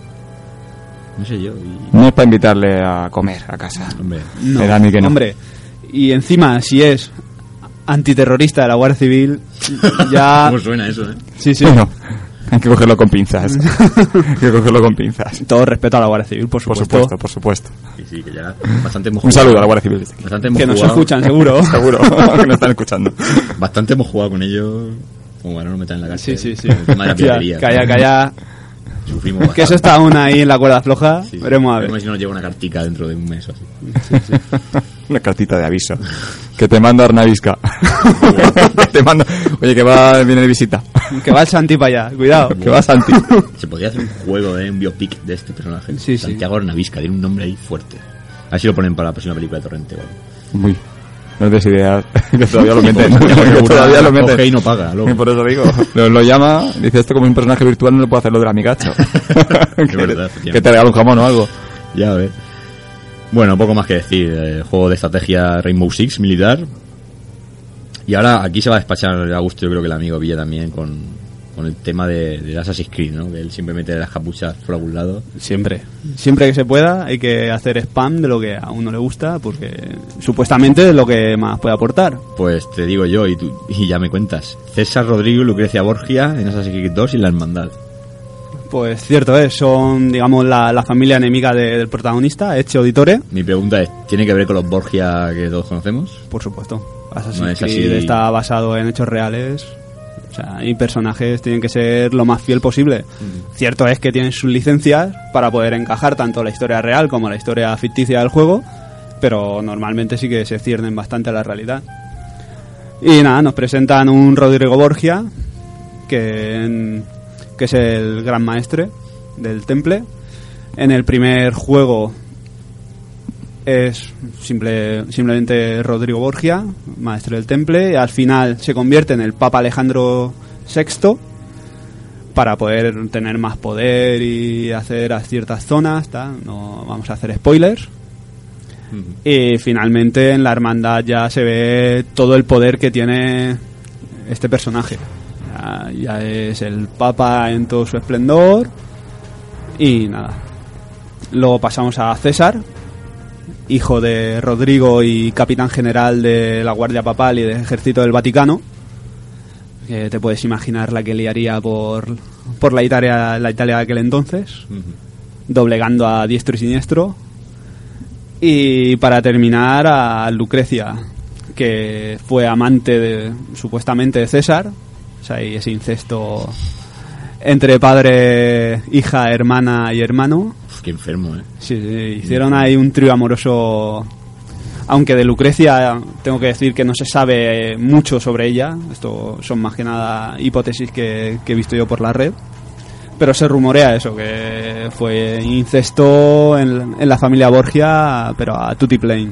No sé yo. Y... No es para invitarle a comer a casa. Hombre, no, me da a mí que no. Hombre, y encima, si es antiterrorista de la Guardia Civil, ya... ¿Cómo suena eso, eh? Sí, sí. Bueno, hay que cogerlo con pinzas. Hay que cogerlo con pinzas. Todo respeto a la Guardia Civil, por supuesto. Por supuesto, por supuesto. Sí, sí, que ya bastante hemos Un saludo a la Guardia Civil. Bastante hemos que nos jugado. escuchan, seguro. Seguro, que nos están escuchando. Bastante hemos jugado con ellos, como para no nos metan en la cárcel. Sí, sí, sí. El tema de la piratería. Calla, calla. Sufrimos bastante. Que eso está aún ahí en la cuerda floja. Sí, veremos a ver. Veremos si nos llega una cartica dentro de un mes o así. Sí, sí. Una cartita de aviso. Que te manda Arnavisca. Que te manda... Oye, que va, viene de visita. Que va el Santi para allá, cuidado. Que va Santi. Se podría hacer un juego, ¿eh? Un biopic de este personaje. Sí, Santiago sí. Arnavisca, tiene un nombre ahí fuerte. A ver si lo ponen para la próxima película de Torrente. Bueno. Uy, no des ideas. Que todavía lo meten. Que todavía lo meten. Coge y no paga, loco. Y por eso digo, lo, lo llama, dice esto como un personaje virtual, no le puedo hacer lo del amigacho. que, verdad, que te regala un jamón o algo. Ya, a ver. Bueno, poco más que decir. Eh, juego de estrategia Rainbow Six, militar. Y ahora aquí se va a despachar a gusto, yo creo que el amigo Villa también, con, con el tema de, de Assassin's Creed, ¿no? Que él siempre mete las capuchas por algún lado. Siempre. Siempre que se pueda hay que hacer spam de lo que a uno le gusta, porque supuestamente es lo que más puede aportar. Pues te digo yo, y, tú, y ya me cuentas. César Rodrigo y Lucrecia Borgia en Assassin's Creed dos y La Hermandad. Pues cierto es, son, digamos, la, la familia enemiga de, del protagonista, Ezio Auditore. Mi pregunta es, ¿tiene que ver con los Borgia que todos conocemos? Por supuesto. Assassin's No es Creed así. está basado en hechos reales. O sea, y personajes tienen que ser lo más fiel posible. Mm. Cierto es que tienen sus licencias para poder encajar tanto la historia real como la historia ficticia del juego, pero normalmente sí que se ciernen bastante a la realidad. Y nada, nos presentan un Rodrigo Borgia, que, en, que es el gran maestre del temple. En el primer juego es simple, simplemente Rodrigo Borgia, maestro del temple, y al final se convierte en el Papa Alejandro sexto para poder tener más poder y hacer a ciertas zonas, ¿tá? No vamos a hacer spoilers. Uh-huh. Y finalmente en la hermandad ya se ve todo el poder que tiene este personaje. Ya, ya es el Papa en todo su esplendor. Y nada, luego pasamos a César, hijo de Rodrigo y capitán general de la Guardia Papal y del Ejército del Vaticano, que te puedes imaginar la que liaría por, por la Italia la Italia de aquel entonces, uh-huh. doblegando a diestro y siniestro. Y para terminar, a Lucrecia, que fue amante de, supuestamente de César, o sea, y ese incesto entre padre, hija, hermana y hermano. Qué enfermo, ¿eh? Sí, sí, hicieron ahí un trío amoroso. Aunque de Lucrecia tengo que decir que no se sabe mucho sobre ella. Esto son más que nada hipótesis que, que he visto yo por la red. Pero se rumorea eso, que fue incesto en, en la familia Borgia, pero a tutti plain.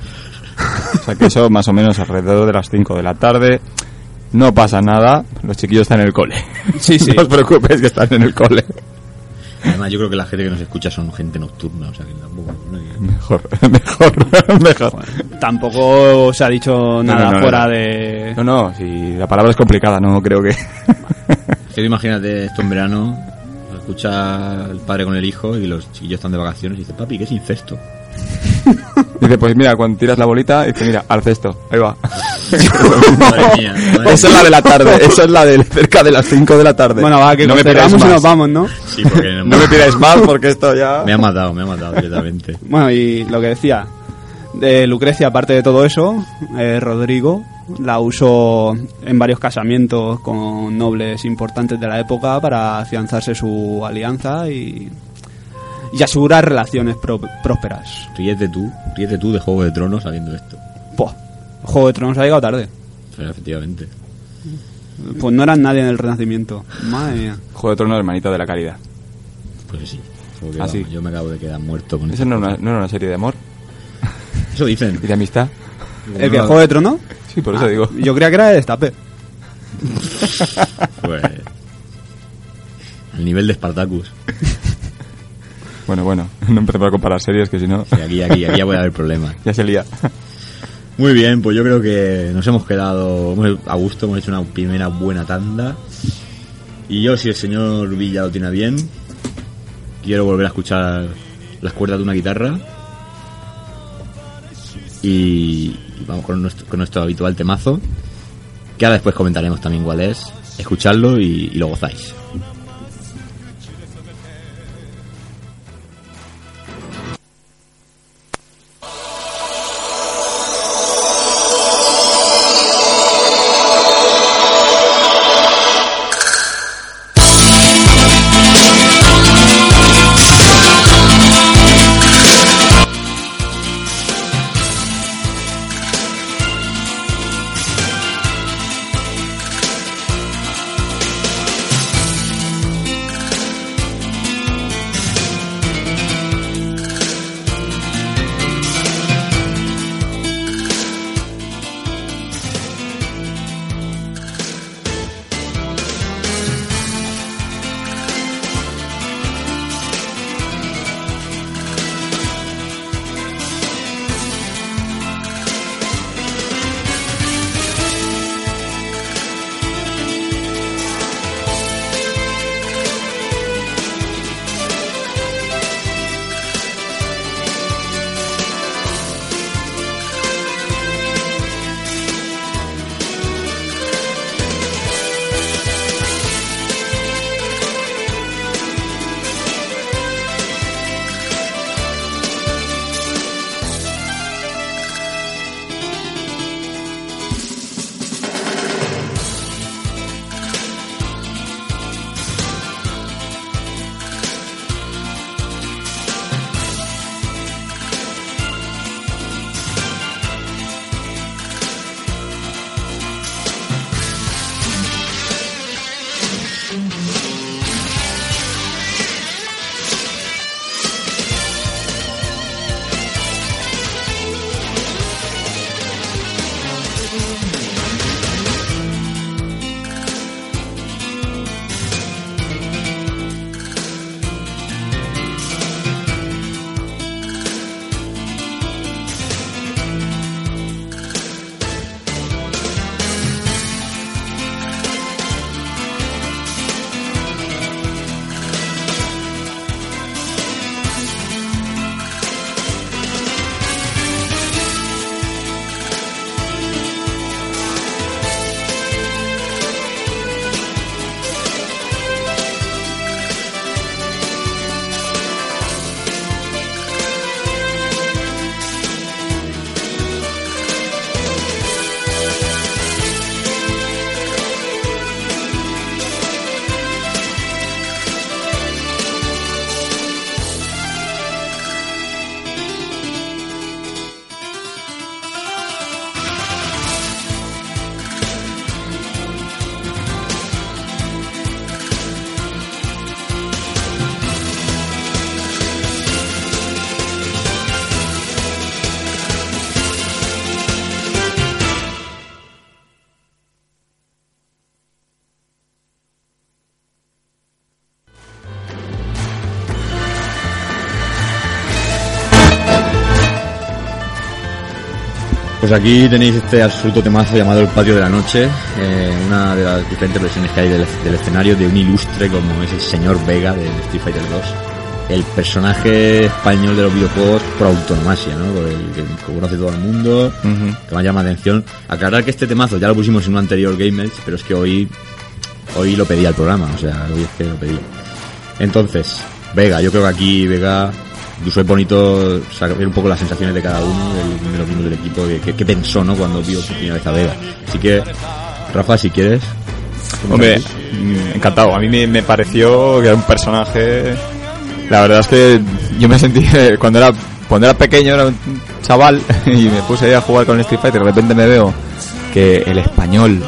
O sea que eso más o menos alrededor de las cinco de la tarde. No pasa nada, los chiquillos están en el cole. Sí, sí. No os preocupéis que están en el cole. Además yo creo que la gente que nos escucha son gente nocturna, o sea que tampoco... No hay... Mejor, mejor, mejor. Bueno, tampoco se ha dicho nada no, no, no, fuera no. de... No, no, si la palabra es complicada, no creo que... Pero imagínate esto en verano, lo escucha el padre con el hijo y los chiquillos están de vacaciones y dice, papi, ¿qué es incesto? Dice, pues mira, cuando tiras la bolita, dice, mira, al cesto, ahí va. Madre mía, madre Esa es la de la tarde, esa es la de cerca de las cinco de la tarde. Bueno, va, que no me cerramos pidáis y más. nos vamos, ¿no? Sí, porque No me pidáis más porque esto ya... Me ha matado, me ha matado directamente. Bueno, y lo que decía, de Lucrecia, aparte de todo eso, eh, Rodrigo la usó en varios casamientos con nobles importantes de la época para afianzarse su alianza y, y asegurar relaciones pro, prósperas. Ríete tú, ríete tú de Juego de Tronos sabiendo esto. Pues, Juego de Tronos ha llegado tarde. Pero efectivamente. Pues no eran nadie en el Renacimiento. Madre mía. Juego de Tronos, hermanita de la caridad. Pues sí. Ah, sí. Yo me acabo de quedar muerto con ¿Eso no, no, no era una serie de amor? Eso dicen. ¿Y de amistad? ¿El que Juego de Tronos? Sí, por eso Ah, digo. Yo creía que era de Destape. Pues... El nivel de Spartacus. Bueno, bueno, no empecemos a comparar series que si no... Sí, aquí, aquí, aquí ya puede haber problemas. Ya se lía. Muy bien, pues yo creo que nos hemos quedado a gusto, hemos hecho una primera buena tanda. Y yo, si el señor Villa lo tiene bien, quiero volver a escuchar las cuerdas de una guitarra. Y vamos con nuestro, con nuestro habitual temazo, que ahora después comentaremos también cuál es. Escuchadlo y, y lo gozáis. Pues aquí tenéis este absoluto temazo llamado El Patio de la Noche, eh, una de las diferentes versiones que hay del, del escenario de un ilustre como es el señor Vega de Street Fighter dos, el personaje español de los videojuegos por autonomasia, ¿no? Por el que conoce todo el mundo, uh-huh. que más llama la atención. Aclarar que este temazo ya lo pusimos en un anterior Game Edge, pero es que hoy hoy lo pedí al programa, o sea, hoy es que lo pedí. Entonces, Vega, yo creo que aquí Vega... Incluso es bonito saber un poco las sensaciones de cada uno, de, de los miembros del equipo, de qué pensó, ¿no? Cuando vio por primera vez a Vega. Así que, Rafa, si quieres... Hombre, encantado. A mí me, me pareció que era un personaje... La verdad es que yo me sentí... Cuando era cuando era pequeño, era un chaval, y me puse ahí a jugar con el Street Fighter, de repente me veo que el español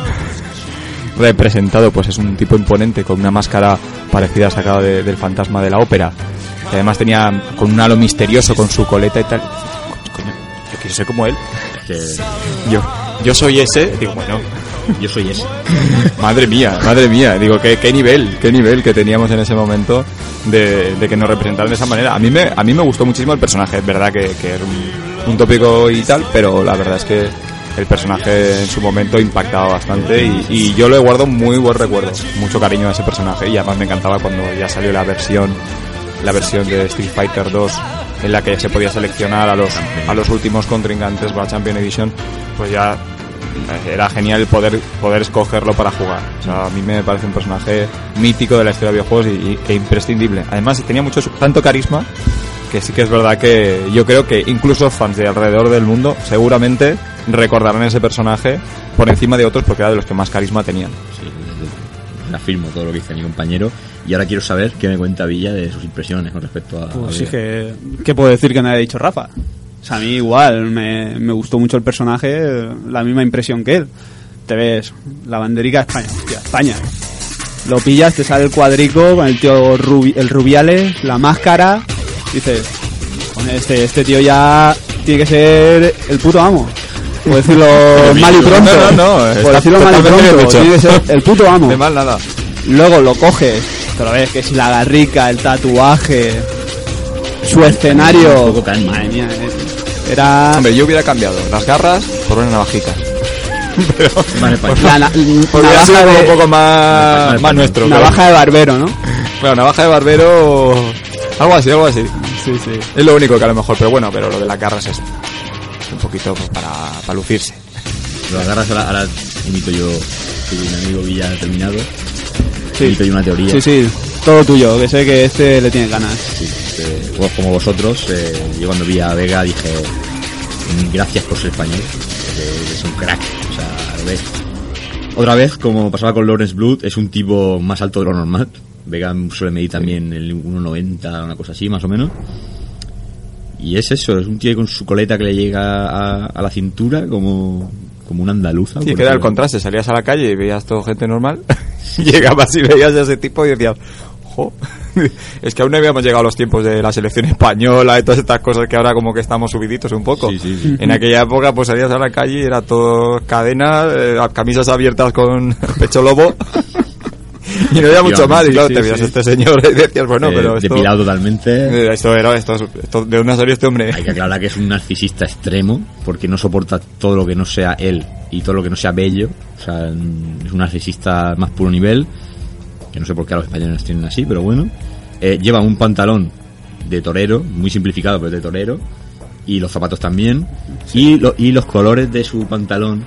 representado pues es un tipo imponente con una máscara parecida sacada de, del fantasma de la ópera. Que además tenía con un halo misterioso con su coleta y tal. Coño, yo quiero ser como él. Que... Yo, yo soy ese. Digo, bueno, yo soy ese. Madre mía, madre mía. Digo, qué, qué nivel, qué nivel que teníamos en ese momento de, de que nos representaran de esa manera. A mí me, a mí me gustó muchísimo el personaje. Es verdad que, que era un, un tópico y tal, pero la verdad es que el personaje en su momento impactaba bastante y, y yo le guardo muy buen recuerdo, mucho cariño a ese personaje y además me encantaba cuando ya salió la versión la versión de Street Fighter dos en la que se podía seleccionar a los a los últimos contrincantes para Champion Edition, pues ya era genial el poder poder escogerlo para jugar. O sea, a mí me parece un personaje mítico de la historia de videojuegos y, y, e imprescindible. Además tenía mucho tanto carisma que sí que es verdad que yo creo que incluso fans de alrededor del mundo seguramente recordarán ese personaje por encima de otros porque era de los que más carisma tenían. Sí, afirmo todo lo que dice mi compañero. Y ahora quiero saber qué me cuenta Villa de sus impresiones con respecto a... Pues sí, que... ¿Qué puedo decir que no haya dicho Rafa? O sea, a mí igual, me, me gustó mucho el personaje, la misma impresión que él. Te ves la banderica de España, hostia, España. Lo pillas, te sale el cuadrico con el tío Rubi, el Rubiales, la máscara. Dices, este, este tío ya tiene que ser el puto amo. Por decirlo mal y pronto. No, no, no. Por decirlo mal y pronto. Tiene que ser el puto amo. De mal nada. Luego lo coges, te lo ves, que si la garrica, el tatuaje, su escenario. Madre mía, era... Hombre, yo hubiera cambiado las garras por una navajita. Pero, vale, pues, la na- podría ser de... un poco más, vale, más nuestro. Navaja claro. de barbero, ¿no? Bueno, navaja de barbero... Algo así, algo así. Sí, sí. Es lo único que a lo mejor, pero bueno, pero lo de las garras es un poquito pues, para, para lucirse. Las garras ahora, ahora imito yo, que mi amigo Villa ha terminado. Sí. Imito yo una teoría. Sí, sí, todo tuyo, que sé que este le tiene ganas. Sí, que, pues como vosotros, eh, yo cuando vi a Vega dije, gracias por ser español, que es un crack, o sea, lo ves. Otra vez, como pasaba con Lawrence Blood, es un tipo más alto de lo normal. Vega suele medir también el uno noventa, una cosa así, más o menos. Y es eso, es un tío con su coleta que le llega a, a la cintura, como, como una andaluza. Sí, que era el contraste, salías a la calle y veías todo gente normal, Llegabas y veías a ese tipo y decías, jo, es que aún no habíamos llegado a los tiempos de la selección española y todas estas cosas que ahora como que estamos subiditos un poco. Sí, sí, sí. En aquella época pues salías a la calle y era todo cadenas, eh, camisas abiertas con pecho lobo y no había mucho más. Y claro, sí, te veías sí. a este señor y decías, bueno, Eh, pero esto... depilado totalmente. eh, Esto era, esto, esto, ¿de dónde salió este hombre? Hay que aclarar que es un narcisista extremo porque no soporta todo lo que no sea él y todo lo que no sea bello. O sea, es un narcisista más puro nivel, que no sé por qué a los españoles tienen así, pero bueno. Eh, lleva un pantalón de torero, muy simplificado, pero de torero, y los zapatos también, sí. y, lo, y los colores de su pantalón,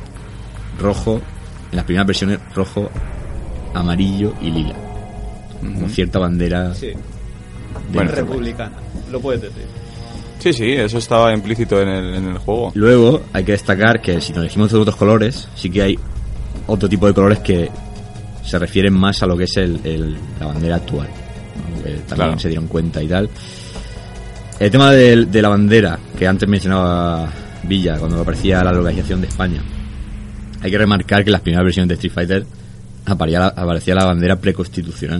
rojo, en las primeras versiones, rojo, amarillo y lila, uh-huh. con cierta bandera sí. de bueno, republicana, lo puedes decir. Sí, sí, eso estaba implícito en el, en el juego. Luego hay que destacar que si nos elegimos otros colores, sí que hay otro tipo de colores que se refieren más a lo que es el, el, la bandera actual, ¿no? Que también claro. se dieron cuenta y tal. El tema de, de la bandera, que antes mencionaba Villa, cuando aparecía la localización de España, hay que remarcar que en las primeras versiones de Street Fighter aparecía la, aparecía la bandera preconstitucional.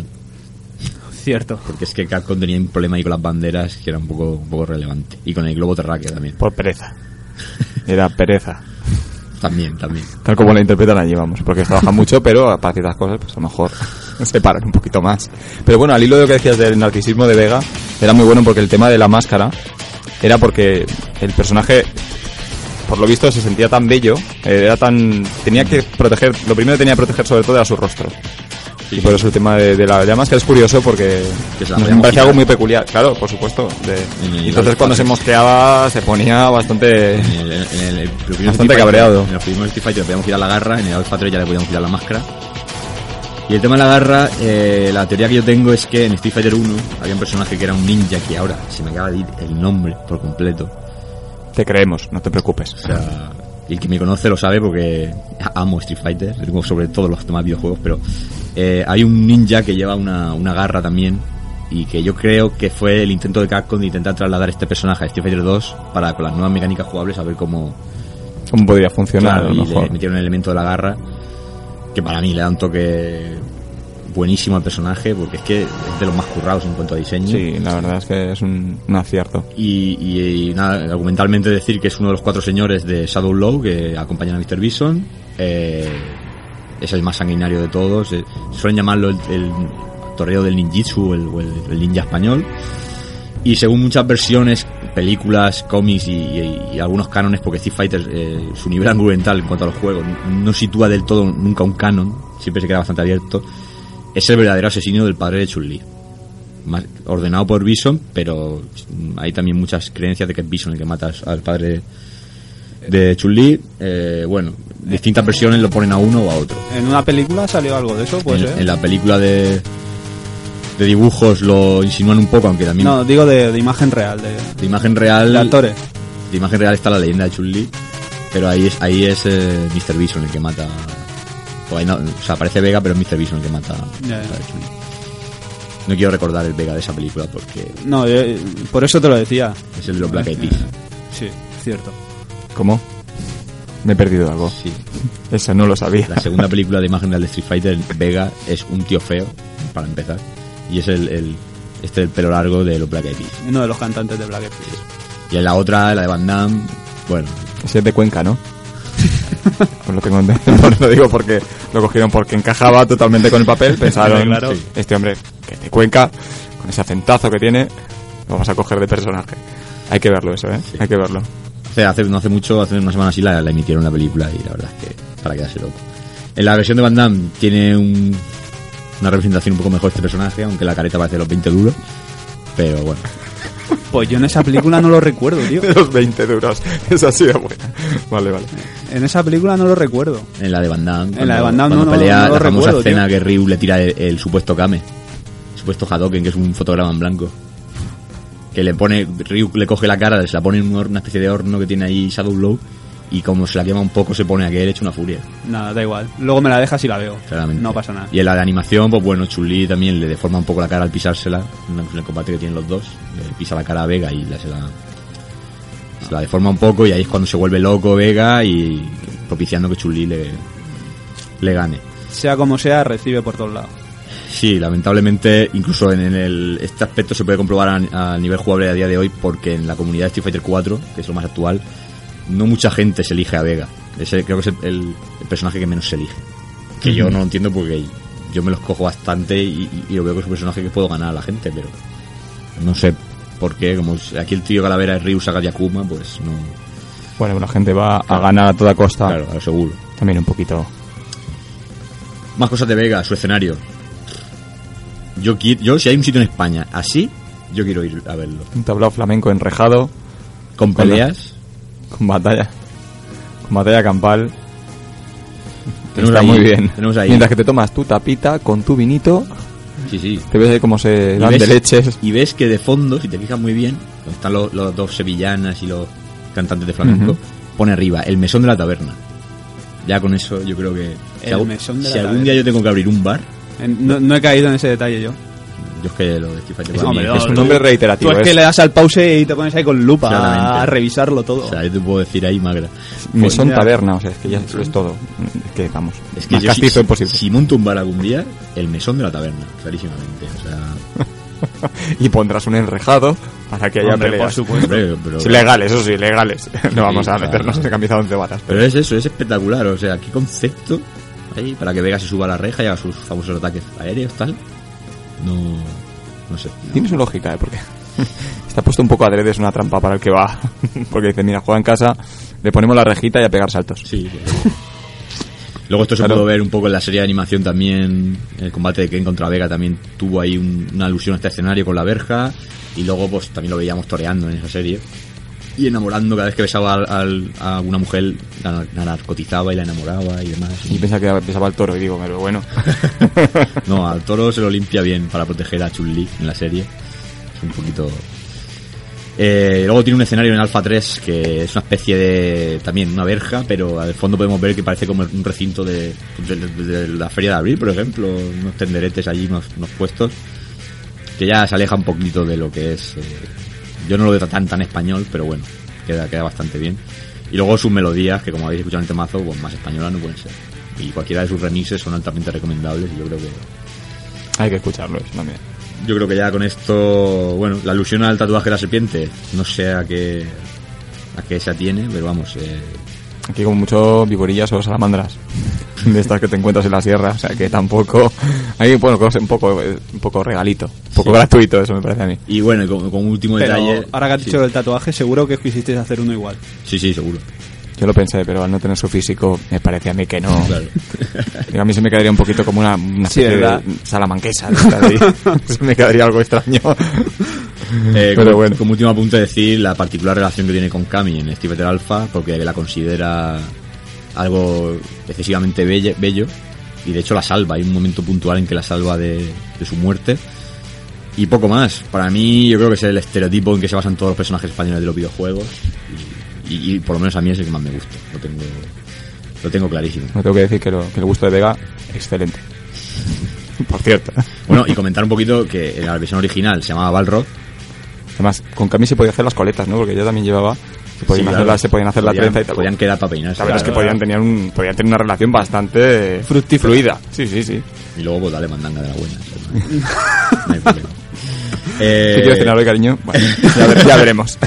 Cierto. Porque es que Capcom tenía un problema ahí con las banderas que era un poco, un poco relevante. Y con el globo terráqueo también. Por pereza. Era pereza. También, también. Tal como la interpretan allí, vamos. Porque trabajan mucho, pero para ciertas cosas, pues a lo mejor se paran un poquito más. Pero bueno, al hilo de lo que decías del narcisismo de Vega, era muy bueno porque el tema de la máscara era porque el personaje, por lo visto, se sentía tan bello, era tan... tenía que proteger, lo primero que tenía que proteger sobre todo era su rostro. Sí, y por eso el tema de, de la, de la máscara es curioso porque nos me parece algo muy peculiar, claro, por supuesto. De, y entonces cuando se mosqueaba se ponía bastante en el, en el, el, el bastante cabreado. En los primeros Street Fighter le podíamos girar la garra, en el Alpha tres ya le podíamos girar la máscara. Y el tema de la garra, eh, la teoría que yo tengo es que en Street Fighter uno había un personaje que era un ninja, que ahora se me acaba de ir el nombre por completo. Te creemos, no te preocupes. O sea, y el que me conoce lo sabe porque amo Street Fighter, sobre todo los demás videojuegos, pero eh, hay un ninja que lleva una, una garra también y que yo creo que fue el intento de Capcom de intentar trasladar este personaje a Street Fighter dos para con las nuevas mecánicas jugables a ver cómo cómo podría funcionar. Claro, y le metieron el elemento de la garra que para mí le da un toque buenísimo al personaje porque es que es de los más currados en cuanto a diseño. Sí, la verdad es que es un, un acierto. Y, y, y nada, argumentalmente decir que es uno de los cuatro señores de Shadow Law que acompañan a míster Bison. Eh, es el más sanguinario de todos. Eh, suelen llamarlo el, el torneo del ninjitsu el, o el, el ninja español. Y según muchas versiones, películas, cómics y, y, y algunos cánones, porque Street Fighter, eh, su nivel argumental en cuanto a los juegos no sitúa del todo nunca un canon, siempre se queda bastante abierto. Es el verdadero asesino del padre de Chun-Li, más ordenado por Bison, pero hay también muchas creencias de que es Bison el que mata al padre de Chun-Li. Eh, bueno, distintas versiones lo ponen a uno o a otro. ¿En una película salió algo de eso? Pues, en, ¿eh? en la película de, de dibujos lo insinúan un poco, aunque también... No, digo de, de imagen real. De, de imagen real... De actores. De imagen real está la leyenda de Chun-Li, pero ahí es, ahí es eh, míster Bison el que mata... O, no, o sea, aparece Vega, pero es míster Bison el que mata yeah. a Chun-Li. No quiero recordar el Vega de esa película porque... No, yo, por eso te lo decía. Es el de los Black Eyed Peas. Sí, cierto. ¿Cómo? Me he perdido algo. Sí. Eso no lo sabía. La segunda película de imagen real de Street Fighter, Vega es un tío feo, para empezar. Y es el, el este el pelo largo de los Black Eyed Peas. Uno de los cantantes de Black Eyed Peas. Y en la otra, la de Van Damme, bueno... Ese es de Cuenca, ¿no? Pues lo tengo entendido, lo digo porque lo cogieron porque encajaba totalmente con el papel. Pensaron, claro. Sí, este hombre que es de Cuenca, con ese acentazo que tiene, lo vamos a coger de personaje. Hay que verlo eso, ¿eh? Sí. Hay que verlo. O sea, hace, no hace mucho, hace una semana así la, la emitieron la película y la verdad es que para quedarse loco. En la versión de Van Damme tiene un, una representación un poco mejor este personaje, aunque la careta parece de los veinte duros, pero bueno. Pues yo en esa película no lo recuerdo, tío. De los veinte duros. Esa ha sido buena. Vale, vale. En esa película no lo recuerdo. En la de Van Damme. En cuando, la de Van Damme cuando no, pelea no, no la lo famosa recuerdo, escena tío. que Ryu le tira el, el supuesto Kame. El supuesto Hadoken, que es un fotograma en blanco. Que le pone, Ryu le coge la cara, se la pone en un horno, una especie de horno que tiene ahí Shadow Blow. Y como se la quema un poco, se pone aquel hecho una furia. Nada, da igual. Luego me la dejas y la veo. Claramente. No pasa nada. Y en la de animación, pues bueno, Chun-Li también le deforma un poco la cara al pisársela. En el combate que tienen los dos. Le pisa la cara a Vega y la, se, la, se la deforma un poco. Y ahí es cuando se vuelve loco Vega y propiciando que Chun-Li le, le gane. sea como sea, recibe por todos lados. Sí, lamentablemente, incluso en, en el, este aspecto se puede comprobar a, a nivel jugable a día de hoy, porque en la comunidad de Street Fighter cuatro, que es lo más actual, no mucha gente se elige a Vega. Ese creo que es el, el, el personaje que menos se elige. Que uh-huh. yo no lo entiendo porque yo me los cojo bastante y, y, y lo veo que es un personaje que puedo ganar a la gente, pero no sé por qué. Como aquí el tío Calavera es Ryu Sagat Akuma, pues no. Bueno, la gente va a ganar a toda costa. Claro, a lo seguro. También un poquito. Más cosas de Vega, su escenario. Yo, yo si hay un sitio en España así, yo quiero ir a verlo. Un tablao flamenco enrejado. Con peleas. Con, la, con batalla. Con batalla campal. Tenemos Está ahí, muy bien. Tenemos ahí. Mientras que te tomas tu tapita con tu vinito. Sí, sí. Te ves ahí cómo se y dan ves, de leches. Y ves que de fondo, si te fijas muy bien, donde están los, los dos sevillanas y los cantantes de flamenco, uh-huh. pone arriba el mesón de la taberna. Ya con eso yo creo que el si, algún, mesón de si la algún taberna. día yo tengo que abrir un bar, en, no, no he caído en ese detalle yo. Yo es que lo de Street Fighter es, para mí hombre, es, es un tú, nombre reiterativo. Tú es, es que le das al pause y te pones ahí con lupa a revisarlo todo. O sea, yo te puedo decir ahí, magra. Mesón pues, taberna, o sea, es que ya eso es todo. Es que vamos, es que más yo castizo si, imposible. Si monto un bar algún día, el mesón de la taberna, clarísimamente. O sea... y pondrás un enrejado para que haya hombre, peleas. por supuesto. Hombre, pero... Sí, legales, eso sí, legales. No sí, vamos a claro. meternos en camisa once varas. Pero es eso, es espectacular. O sea, qué concepto ahí para que Vega se suba a la reja y haga sus famosos ataques aéreos, tal. No, no sé. Tiene su lógica, ¿eh? Porque está puesto un poco adrede, es una trampa para el que va. Porque dice, mira, juega en casa, le ponemos la rejita y a pegar saltos. Sí, pues. Luego esto claro. se pudo ver un poco en la serie de animación también. El combate de Ken contra Vega también tuvo ahí un, una alusión a este escenario con la verja. Y luego pues también lo veíamos toreando en esa serie. Y enamorando cada vez que besaba al, al, a una mujer, la, la narcotizaba y la enamoraba y demás. Y pensaba que besaba al toro y digo, pero bueno. No, al toro se lo limpia bien para proteger a Chun-Li en la serie. Es un poquito... Eh, luego tiene un escenario en Alpha tres que es una especie de también una verja, pero al fondo podemos ver que parece como un recinto de, de, de, de la Feria de Abril, por ejemplo, unos tenderetes allí, unos, unos puestos que ya se aleja un poquito de lo que es eh, yo no lo veo tan tan español, pero bueno, queda, queda bastante bien. Y luego sus melodías, que como habéis escuchado en el temazo, pues más españolas no pueden ser, y cualquiera de sus remixes son altamente recomendables y yo creo que hay que escucharlo eso también. Yo creo que ya con esto, bueno, la alusión al tatuaje de la serpiente, no sé a qué a qué se atiene, pero vamos. Eh... Aquí como mucho viborillas o salamandras de estas que te encuentras en la sierra, o sea que tampoco. Hay bueno, un poco, un poco regalito, un poco sí. gratuito, eso me parece a mí. Y bueno, y como, como último pero detalle. Ahora que has dicho sí. el tatuaje, seguro que quisisteis hacer uno igual. Sí, sí, seguro. Yo lo pensé, pero al no tener su físico, me parecía a mí que no. Claro. Digo, a mí se me quedaría un poquito como una, una sí, especie de salamanquesa. Se me quedaría algo extraño. Eh, pero como, bueno. Como último apunte decir la particular relación que tiene con Cammy en Street Fighter Alpha, porque la considera algo excesivamente bello, bello, y de hecho la salva. Hay un momento puntual en que la salva de, de su muerte. Y poco más. Para mí, yo creo que es el estereotipo en que se basan todos los personajes españoles de los videojuegos. Y, Y, y por lo menos a mí es el que más me gusta, lo tengo lo tengo clarísimo. No tengo que decir que, lo, que el gusto de Vega, excelente. Por cierto. Bueno, y comentar un poquito que en la versión original se llamaba Balrog. Además, con Cammy se podía hacer las coletas, ¿no? Porque ella también llevaba, se podían, sí, hacer, claro. la, se podían hacer podían, la trenza y tal. Podían quedar para peinarse. La verdad claro, es que podían tener, un, podían tener una relación bastante fructífera. Sí, sí, sí. Y luego pues dale mandanga de la buena. No hay, no hay problema. Eh... ¿Qué quieres cenar hoy, cariño? Bueno, ya, ver, ya veremos.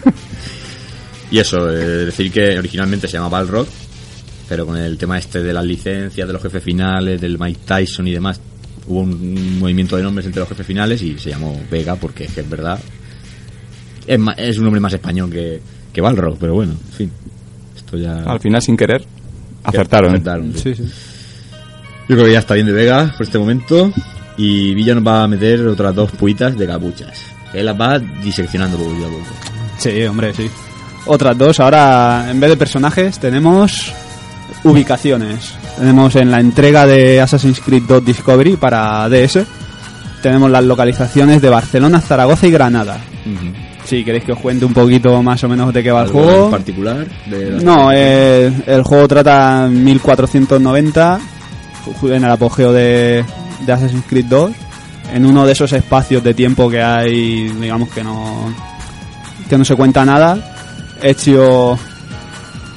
Y eso, eh, decir que originalmente se llama Balrog, pero con el tema este de las licencias, de los jefes finales, del Mike Tyson y demás, hubo un, un movimiento de nombres entre los jefes finales y se llamó Vega, porque es que es verdad, es, más, es un nombre más español que, que Balrog, pero bueno, en fin, esto ya... Al final, sin querer, acertaron. acertaron sí. Sí, sí. Yo creo que ya está bien de Vega por este momento, y Villa nos va a meter otras dos puitas de capuchas, que él las va diseccionando poco a poco. Sí, hombre, sí. Otras dos, ahora en vez de personajes tenemos ubicaciones. Tenemos en la entrega de Assassin's Creed dos Discovery para D S, tenemos las localizaciones de Barcelona, Zaragoza y Granada. Uh-huh. Si queréis que os cuente un poquito más o menos de qué va el juego. ¿En particular? De no, eh, el juego trata mil cuatrocientos noventa, en el apogeo de, de Assassin's Creed dos, en uno de esos espacios de tiempo que hay, digamos que no, que no se cuenta nada. Ezio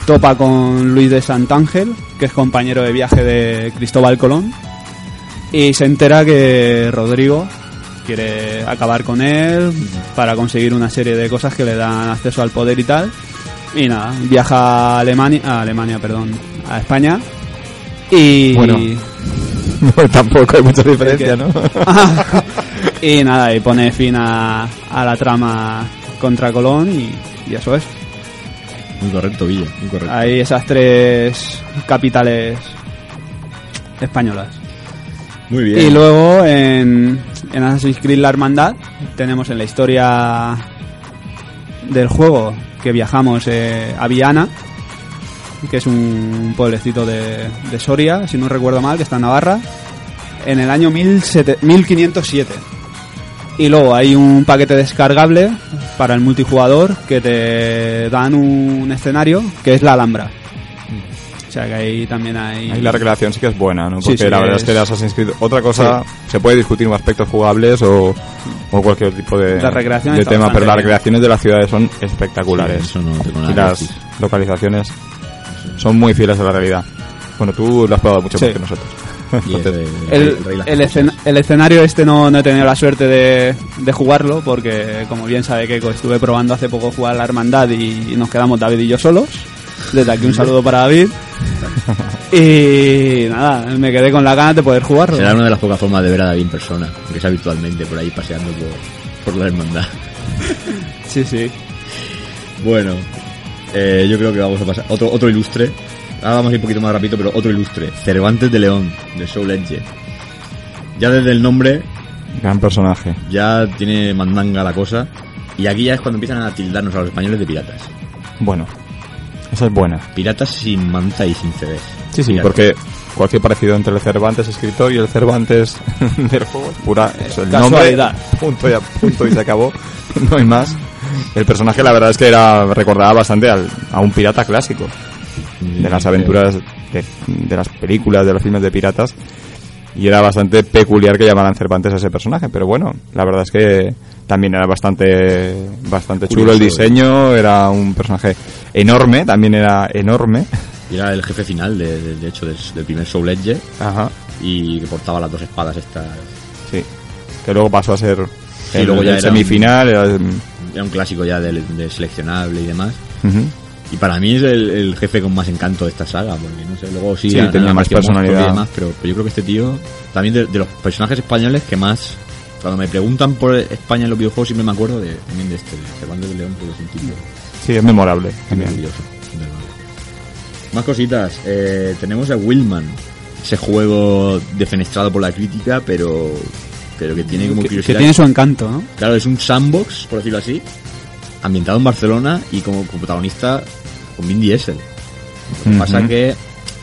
topa con Luis de Santángel, que es compañero de viaje de Cristóbal Colón, y se entera que Rodrigo quiere acabar con él para conseguir una serie de cosas que le dan acceso al poder y tal. Y nada, viaja a Alemania, a Alemania, perdón, a España. Y bueno, tampoco hay mucha diferencia, ¿no? Y nada, y pone fin a, a la trama contra Colón y, y eso es. Muy correcto, Villa, muy correcto. Hay esas tres capitales españolas. Muy bien. Y luego en, en Assassin's Creed La Hermandad tenemos en la historia del juego que viajamos eh, a Viana, que es un pueblecito de, de Soria, si no recuerdo mal, que está en Navarra, en el año mil quinientos siete. Y luego hay un paquete descargable para el multijugador que te dan un escenario que es la Alhambra. O sea que ahí también hay... Ahí la recreación sí que es buena, ¿no? Porque sí, sí, la verdad es... es que de Assassin's Creed... Otra cosa, sí. Se puede discutir en aspectos jugables o, o cualquier tipo de, la recreación de tema, pero las bien. recreaciones de las ciudades son espectaculares. Sí, eso no tengo nada y las decir. localizaciones son muy fieles a la realidad. Bueno, tú lo has probado mucho sí. más que nosotros. Entonces, el, el, el, escena, el escenario este no, no he tenido la suerte de, de jugarlo porque, como bien sabe Keiko, estuve probando hace poco jugar La Hermandad y nos quedamos David y yo solos. Desde aquí un saludo para David. Y nada, me quedé con la ganas de poder jugarlo. Será una de las pocas formas de ver a David en persona, aunque sea virtualmente por ahí paseando por, por La Hermandad. Sí, sí. Bueno, eh, yo creo que vamos a pasar otro otro ilustre. Ahora vamos a ir un poquito más rápido, pero otro ilustre. Cervantes de León, de Soul Edge. Ya desde el nombre... Gran personaje. Ya tiene mandanga la cosa. Y aquí ya es cuando empiezan a tildarnos a los españoles de piratas. Bueno, esa es buena. Piratas sin manta y sin C Ds. Sí, sí, Piratas. porque cualquier parecido entre el Cervantes escritor y el Cervantes del juego es pura... Es el casualidad. Nombre, punto y, a, punto y se acabó. No hay más. El personaje la verdad es que era recordaba bastante al, a un pirata clásico. De las aventuras de, de las películas, de los filmes de piratas, y era bastante peculiar que llamaran Cervantes a ese personaje, pero bueno, la verdad es que también era bastante bastante chulo el diseño, era un personaje enorme, también era enorme. Y era el jefe final, de, de, de hecho, del, del primer Soul Edge. Ajá. Y que portaba las dos espadas estas. Sí, que luego pasó a ser sí, el, luego ya el era semifinal. Un, era, era un clásico ya de, de seleccionable y demás. Uh-huh. Y para mí es el, el jefe con más encanto de esta saga, porque no sé, luego sí, sí han, tenía han más personalidad y demás, pero, pero yo creo que este tío, también de, de los personajes españoles que más, cuando me preguntan por España en los videojuegos, siempre me acuerdo de, también de este, de Cervantes de León, porque es un tipo. Sí, es memorable. También curioso. Más cositas, eh, tenemos a Willman, ese juego defenestrado por la crítica, pero pero que tiene como que, curiosidad. Que tiene su encanto, ¿no? Claro, es un sandbox, por decirlo así, ambientado en Barcelona y como, como protagonista con Vin Diesel. Lo que uh-huh. pasa que,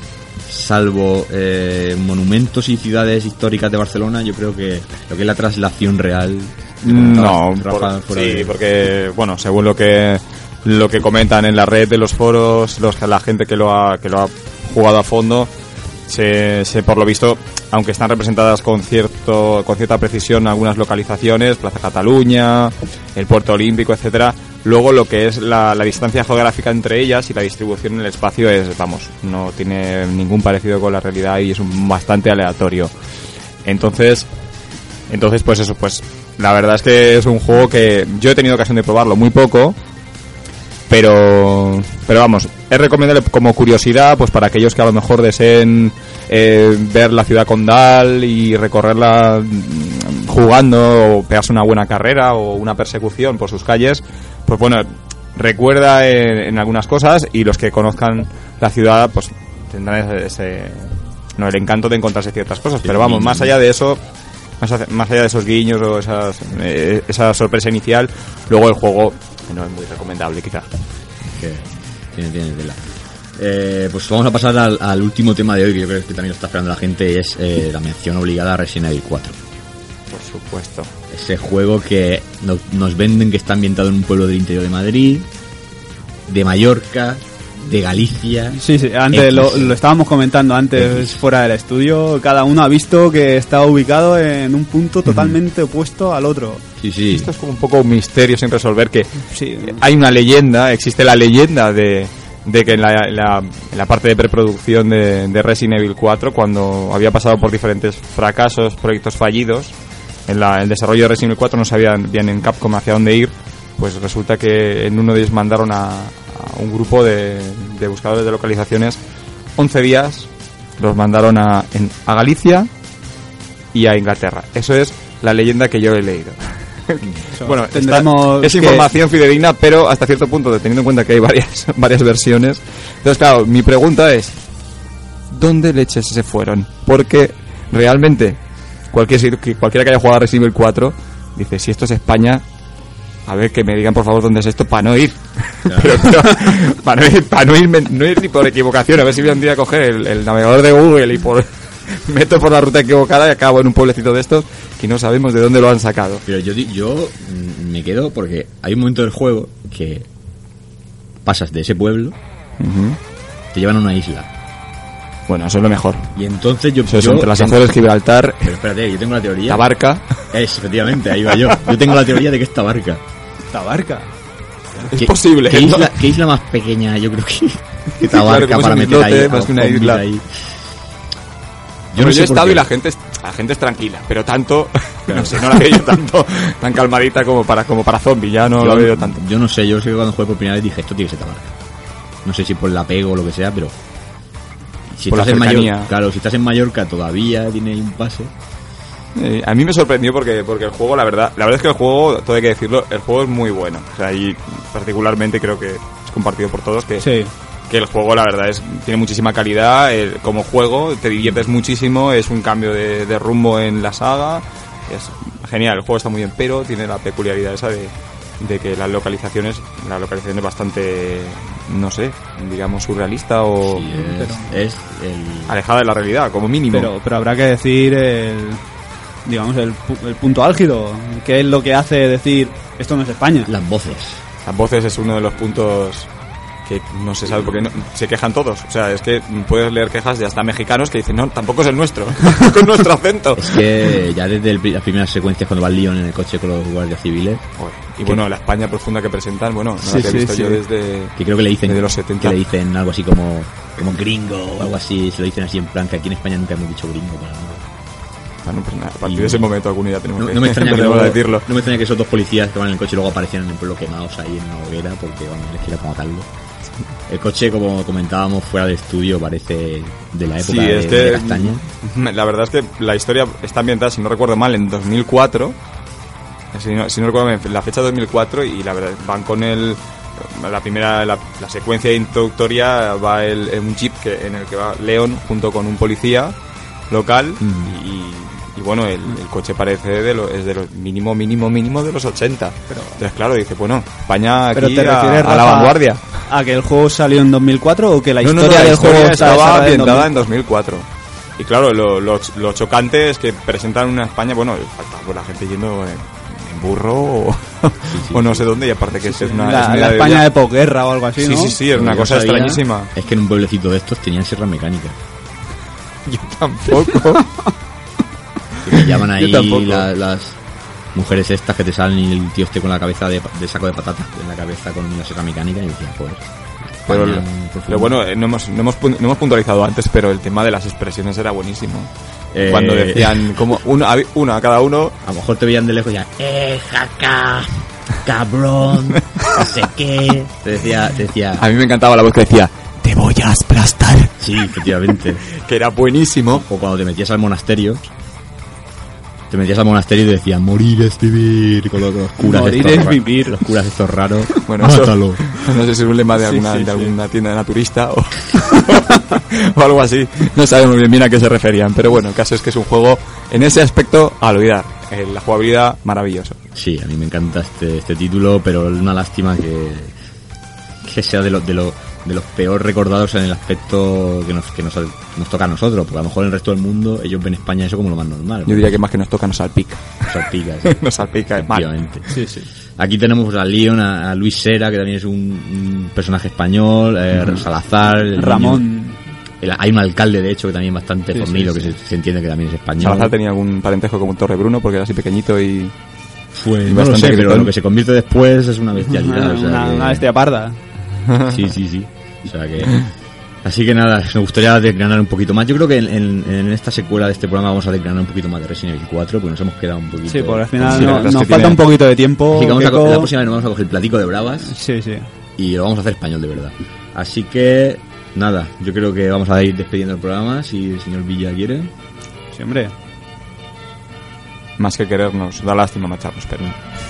salvo eh, monumentos y ciudades históricas de Barcelona, yo creo que lo que es la traslación real... No, Rafa, por, sí, de... porque, bueno, según lo que lo que comentan en la red de los foros, los la gente que lo ha que lo ha jugado a fondo, se, se por lo visto, aunque están representadas con cierto con cierta precisión algunas localizaciones, Plaza Cataluña, el Puerto Olímpico, etcétera, luego lo que es la, la distancia geográfica entre ellas y la distribución en el espacio es, vamos, no tiene ningún parecido con la realidad y es un, bastante aleatorio. Entonces, entonces pues eso, pues la verdad es que es un juego que yo he tenido ocasión de probarlo muy poco, pero pero vamos, es recomendable como curiosidad, pues para aquellos que a lo mejor deseen eh, ver la ciudad condal y recorrerla jugando o pegarse una buena carrera o una persecución por sus calles, pues bueno, recuerda en, en algunas cosas, y los que conozcan la ciudad pues tendrán ese, ese no el encanto de encontrarse ciertas cosas, pero vamos, más allá de eso, más, más allá de esos guiños o esas, eh, esa sorpresa inicial, luego el juego no es muy recomendable quizá. Que tiene, tiene tela. Eh, pues vamos a pasar al, al último tema de hoy, que yo creo que también lo está esperando la gente, y es eh, la mención obligada a Resident Evil cuatro. Por supuesto. Ese juego que nos, nos venden que está ambientado en un pueblo del interior de Madrid, de Mallorca, de Galicia. Sí, sí, antes lo, lo estábamos comentando antes X. Fuera del estudio, cada uno ha visto que está ubicado en un punto totalmente uh-huh. opuesto al otro. Sí, sí. Esto es como un poco un misterio sin resolver, que sí. hay una leyenda, existe la leyenda de de que en la, en la, en la parte de preproducción de, de Resident Evil cuatro, cuando había pasado por diferentes fracasos, proyectos fallidos, en la, el desarrollo de Resident Evil cuatro no sabían bien en Capcom hacia dónde ir, pues resulta que en uno de ellos mandaron a, a un grupo de, de buscadores de localizaciones once días, los mandaron a, en, a Galicia y a Inglaterra. Eso es la leyenda que yo he leído. Bueno, esta, es información que... fidedigna, pero hasta cierto punto, teniendo en cuenta que hay varias varias versiones. Entonces, claro, mi pregunta es, ¿dónde leches se fueron? Porque realmente cualquier, cualquiera que haya jugado a Resident Evil cuatro dice, si esto es España, a ver, que me digan por favor dónde es esto para no ir. Claro. pero, pero, para no ir, para no irme, no ir ni por equivocación, a ver si voy un día a coger el, el navegador de Google y por meto por la ruta equivocada y acabo en un pueblecito de estos que no sabemos de dónde lo han sacado. Pero yo, yo me quedo porque hay un momento del juego que pasas de ese pueblo, uh-huh. te llevan a una isla. Bueno, eso es lo mejor. Y entonces yo... Eso yo entre las Azores, Gibraltar... Pero espérate, yo tengo la teoría... Tabarca. Es, efectivamente, ahí va yo. Yo tengo la teoría de que es Tabarca. Tabarca. Es posible. ¿Qué, ¿no? isla, ¿Qué isla más pequeña yo creo que, que Tabarca claro, para meter islote, ahí? Más que una isla. Ahí. Yo, no sé yo he estado y la gente, es, la gente es tranquila, pero tanto, claro. no sé, no la veo yo tanto, tan calmadita como para como para zombie, ya no yo, la veo yo tanto. Yo no sé, yo sé que cuando jugué por primera vez dije, esto tiene que ser Tabarca. No sé si por el apego o lo que sea, pero... Si por estás la en Mallorca, claro, si estás en Mallorca todavía tiene un pase. Eh, a mí me sorprendió porque porque el juego, la verdad, la verdad es que el juego, todo hay que decirlo, el juego es muy bueno. O sea, y particularmente creo que es compartido por todos que... Sí. Que el juego, la verdad, es tiene muchísima calidad. El, como juego, te diviertes muchísimo. Es un cambio de, de rumbo en la saga. Es genial, el juego está muy bien, pero tiene la peculiaridad esa de, de que las localizaciones, la localización es bastante, no sé, digamos, surrealista o sí, es, pero, es el... alejada de la realidad, como mínimo. Pero, pero habrá que decir el, digamos, el, el punto álgido. ¿Qué es lo que hace decir esto no es España? Las voces. Las voces es uno de los puntos que no se sabe por qué no, se quejan todos. O sea, es que puedes leer quejas de hasta mexicanos que dicen, no, tampoco es el nuestro, con nuestro acento. Es que ya desde el, las primeras secuencias cuando va Leon en el coche con los guardias civiles. Bueno, y bueno, la España profunda que presentan, bueno, no sí, la que he sí, visto sí. yo desde, que creo que le dicen, desde los setenta. Que le dicen algo así como, como gringo o algo así, se lo dicen así en plan que aquí en España nunca hemos dicho gringo para nada. Bueno, pues nada, a partir y de ese momento alguno ya tenemos no, que, no me extraña que luego, decirlo. No me extraña que esos dos policías que van en el coche luego aparecieran en el pueblo quemados ahí en una hoguera porque bueno, les quiera matarlo. El coche, como comentábamos fuera del estudio, parece de la época sí, de, es que, de Castaña. La verdad es que la historia está ambientada, si no recuerdo mal, en dos mil cuatro. Si no, si no recuerdo mal, la fecha dos mil cuatro, y la verdad, van con el... La primera, la, la secuencia introductoria va el, en un jeep que, en el que va Leon junto con un policía local mm. y, y bueno, el, el coche parece de lo, es de los mínimo, mínimo, mínimo de los ochenta. Pero, entonces claro, dice, bueno, España aquí pero te a, refieres, a la Rafa, vanguardia. ¿A que el juego salió en dos mil cuatro o que la no, historia no, no, la del historia juego estaba ambientada en, en dos mil cuatro? Y claro, lo, lo, lo chocante es que presentan una España, bueno, falta pues, la gente yendo en, en burro o, sí, sí, o no sé dónde, y aparte que sí, es una... La, es una la de España ya. de posguerra o algo así, sí, ¿no? Sí, sí, sí, es una cosa sabía, extrañísima. Es que en un pueblecito de estos tenían sierras mecánicas. Yo tampoco. Que me llaman ahí la, las mujeres estas que te salen y el tío esté con la cabeza de, de saco de patatas en la cabeza con una sierra mecánica y decía, joder... Pero, pero bueno, no hemos, no, hemos, no hemos puntualizado antes, pero el tema de las expresiones era buenísimo. Eh... Cuando decían, como uno, uno a cada uno. A lo mejor te veían de lejos y ya, eh, jaca, cabrón, no sé qué. Te decía, te decía. A mí me encantaba la voz que decía, te voy a aplastar. Sí, efectivamente. Que era buenísimo. O cuando te metías al monasterio. Te metías al monasterio y te decían, morir es vivir, con los, los curas morir estos es vivir. Los curas estos raros. Bueno, mátalo. Eso, no sé si es un lema de alguna, sí, sí, de alguna sí. tienda de naturista o, o algo así. No sabemos bien bien a qué se referían, pero bueno, el caso es que es un juego en ese aspecto a olvidar. En la jugabilidad, maravilloso. Sí, a mí me encanta este, este título, pero es una lástima que, que sea de lo, de lo de los peor recordados en el aspecto que nos que nos, nos toca a nosotros, porque a lo mejor en el resto del mundo ellos ven España eso como lo más normal. Yo diría que más que nos toca nos salpica. Nos salpica, sí. Nos salpica, es mal. Sí, sí. Aquí tenemos a Leon, a, a Luis Sera, que también es un, un personaje español, eh, uh-huh. Salazar, el Ramón. Niño, el, hay un alcalde, de hecho, que también es bastante sí, fornido, sí, sí. que se, se entiende que también es español. Salazar tenía algún parentesco con Torre Bruno, porque era así pequeñito y... Pues y no lo sé, pero lo que se convierte después es una bestialidad. Una, o sea una, que... una bestia parda. Sí, sí, sí. O sea que... Así que nada, me gustaría desgranar un poquito más. Yo creo que en, en, en esta secuela de este programa vamos a desgranar un poquito más de Resident Evil cuatro, porque nos hemos quedado un poquito... Sí, porque al final Sí, no- la verdad es nos que falta tiene- un poquito de tiempo. Así que vamos a Keiko. co- la próxima vez nos vamos a coger el platico de bravas Sí, sí. y lo vamos a hacer español de verdad. Así que nada, yo creo que vamos a ir despidiendo el programa si el señor Villa quiere. Sí, hombre. Más que querernos, da lástima macharnos, pero...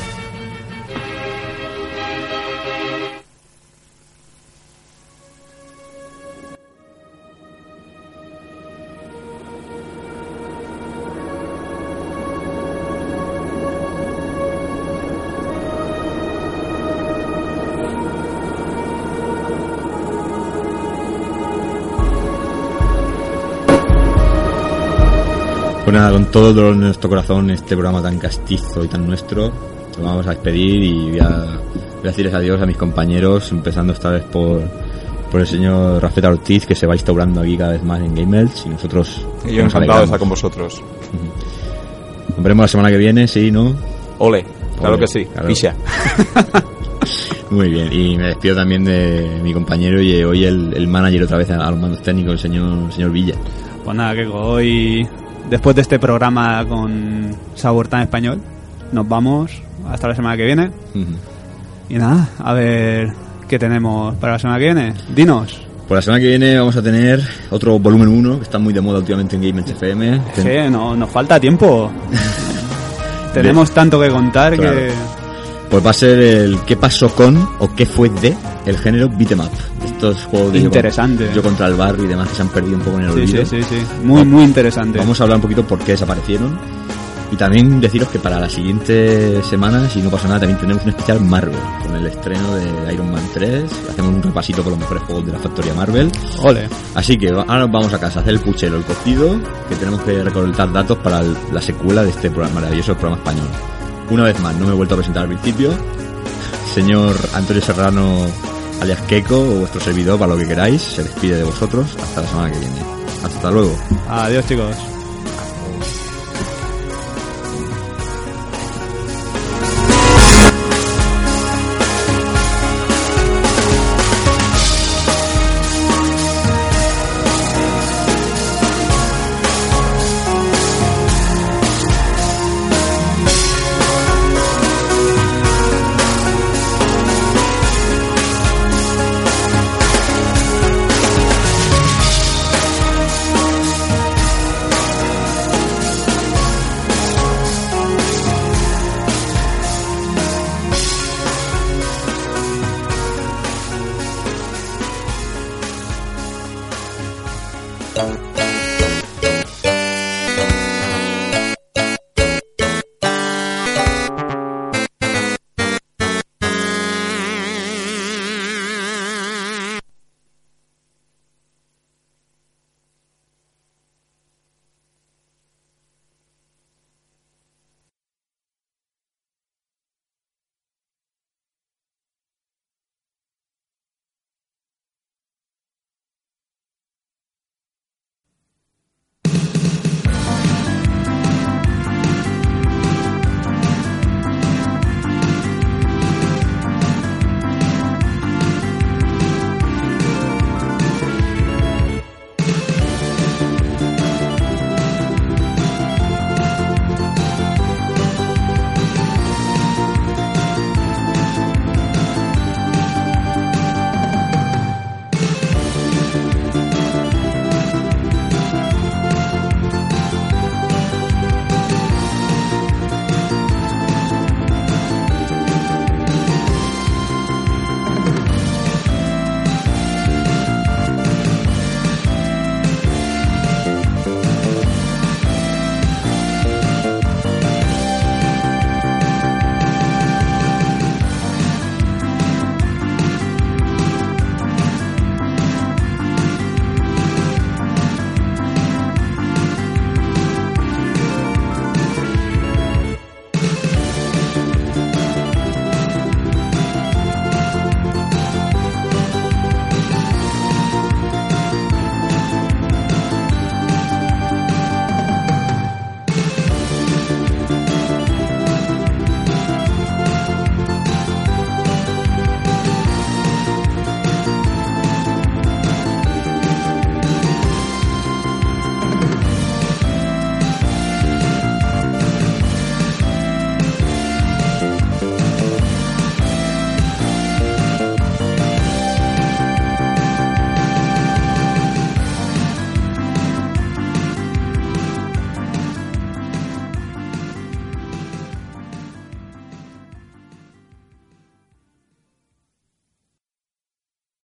Pues nada, con todo el dolor de nuestro corazón, este programa tan castizo y tan nuestro, lo vamos a despedir y voy a, voy a decirles adiós a mis compañeros, empezando esta vez por, por el señor Rafeta Ortiz, que se va instaurando aquí cada vez más en Game Melts, y nosotros Y yo nos encantado de alegramos. estar con vosotros. Nos veremos la semana que viene, sí, ¿no? Ole, claro Ole, que sí, claro. Pisha. Muy bien, y me despido también de mi compañero y hoy el, el manager otra vez a los mandos técnicos, el señor, el señor Villa. Pues nada, Keiko, hoy, después de este programa con sabor tan español, nos vamos hasta la semana que viene. Ujú. Y nada, a ver qué tenemos para la semana que viene. Dinos. Por la semana que viene vamos a tener otro volumen uno, que está muy de moda últimamente en Game F M. Es que no, nos falta tiempo. Tenemos tanto que contar Claro. que... Pues va a ser el qué pasó con o qué fue de el género beat 'em up. Estos juegos de yo con- Interesante. yo contra el barrio y demás que se han perdido un poco en el Sí, olvido. sí, sí, sí. Muy, muy interesante. Vamos a hablar un poquito por qué desaparecieron. Y también deciros que para la siguiente semana, si no pasa nada, también tenemos un especial Marvel, con el estreno de Iron Man tres. Hacemos un repasito por los mejores juegos de la factoría Marvel. Ole. Así que va- ahora nos vamos a casa a hacer el puchero, el cocido, que tenemos que recolectar datos para el- la secuela de este programa, maravilloso programa español. Una vez más, no me he vuelto a presentar al principio. Señor Antonio Serrano, alias Keiko, o vuestro servidor, para lo que queráis, se despide de vosotros. Hasta la semana que viene. Hasta luego. Adiós, chicos.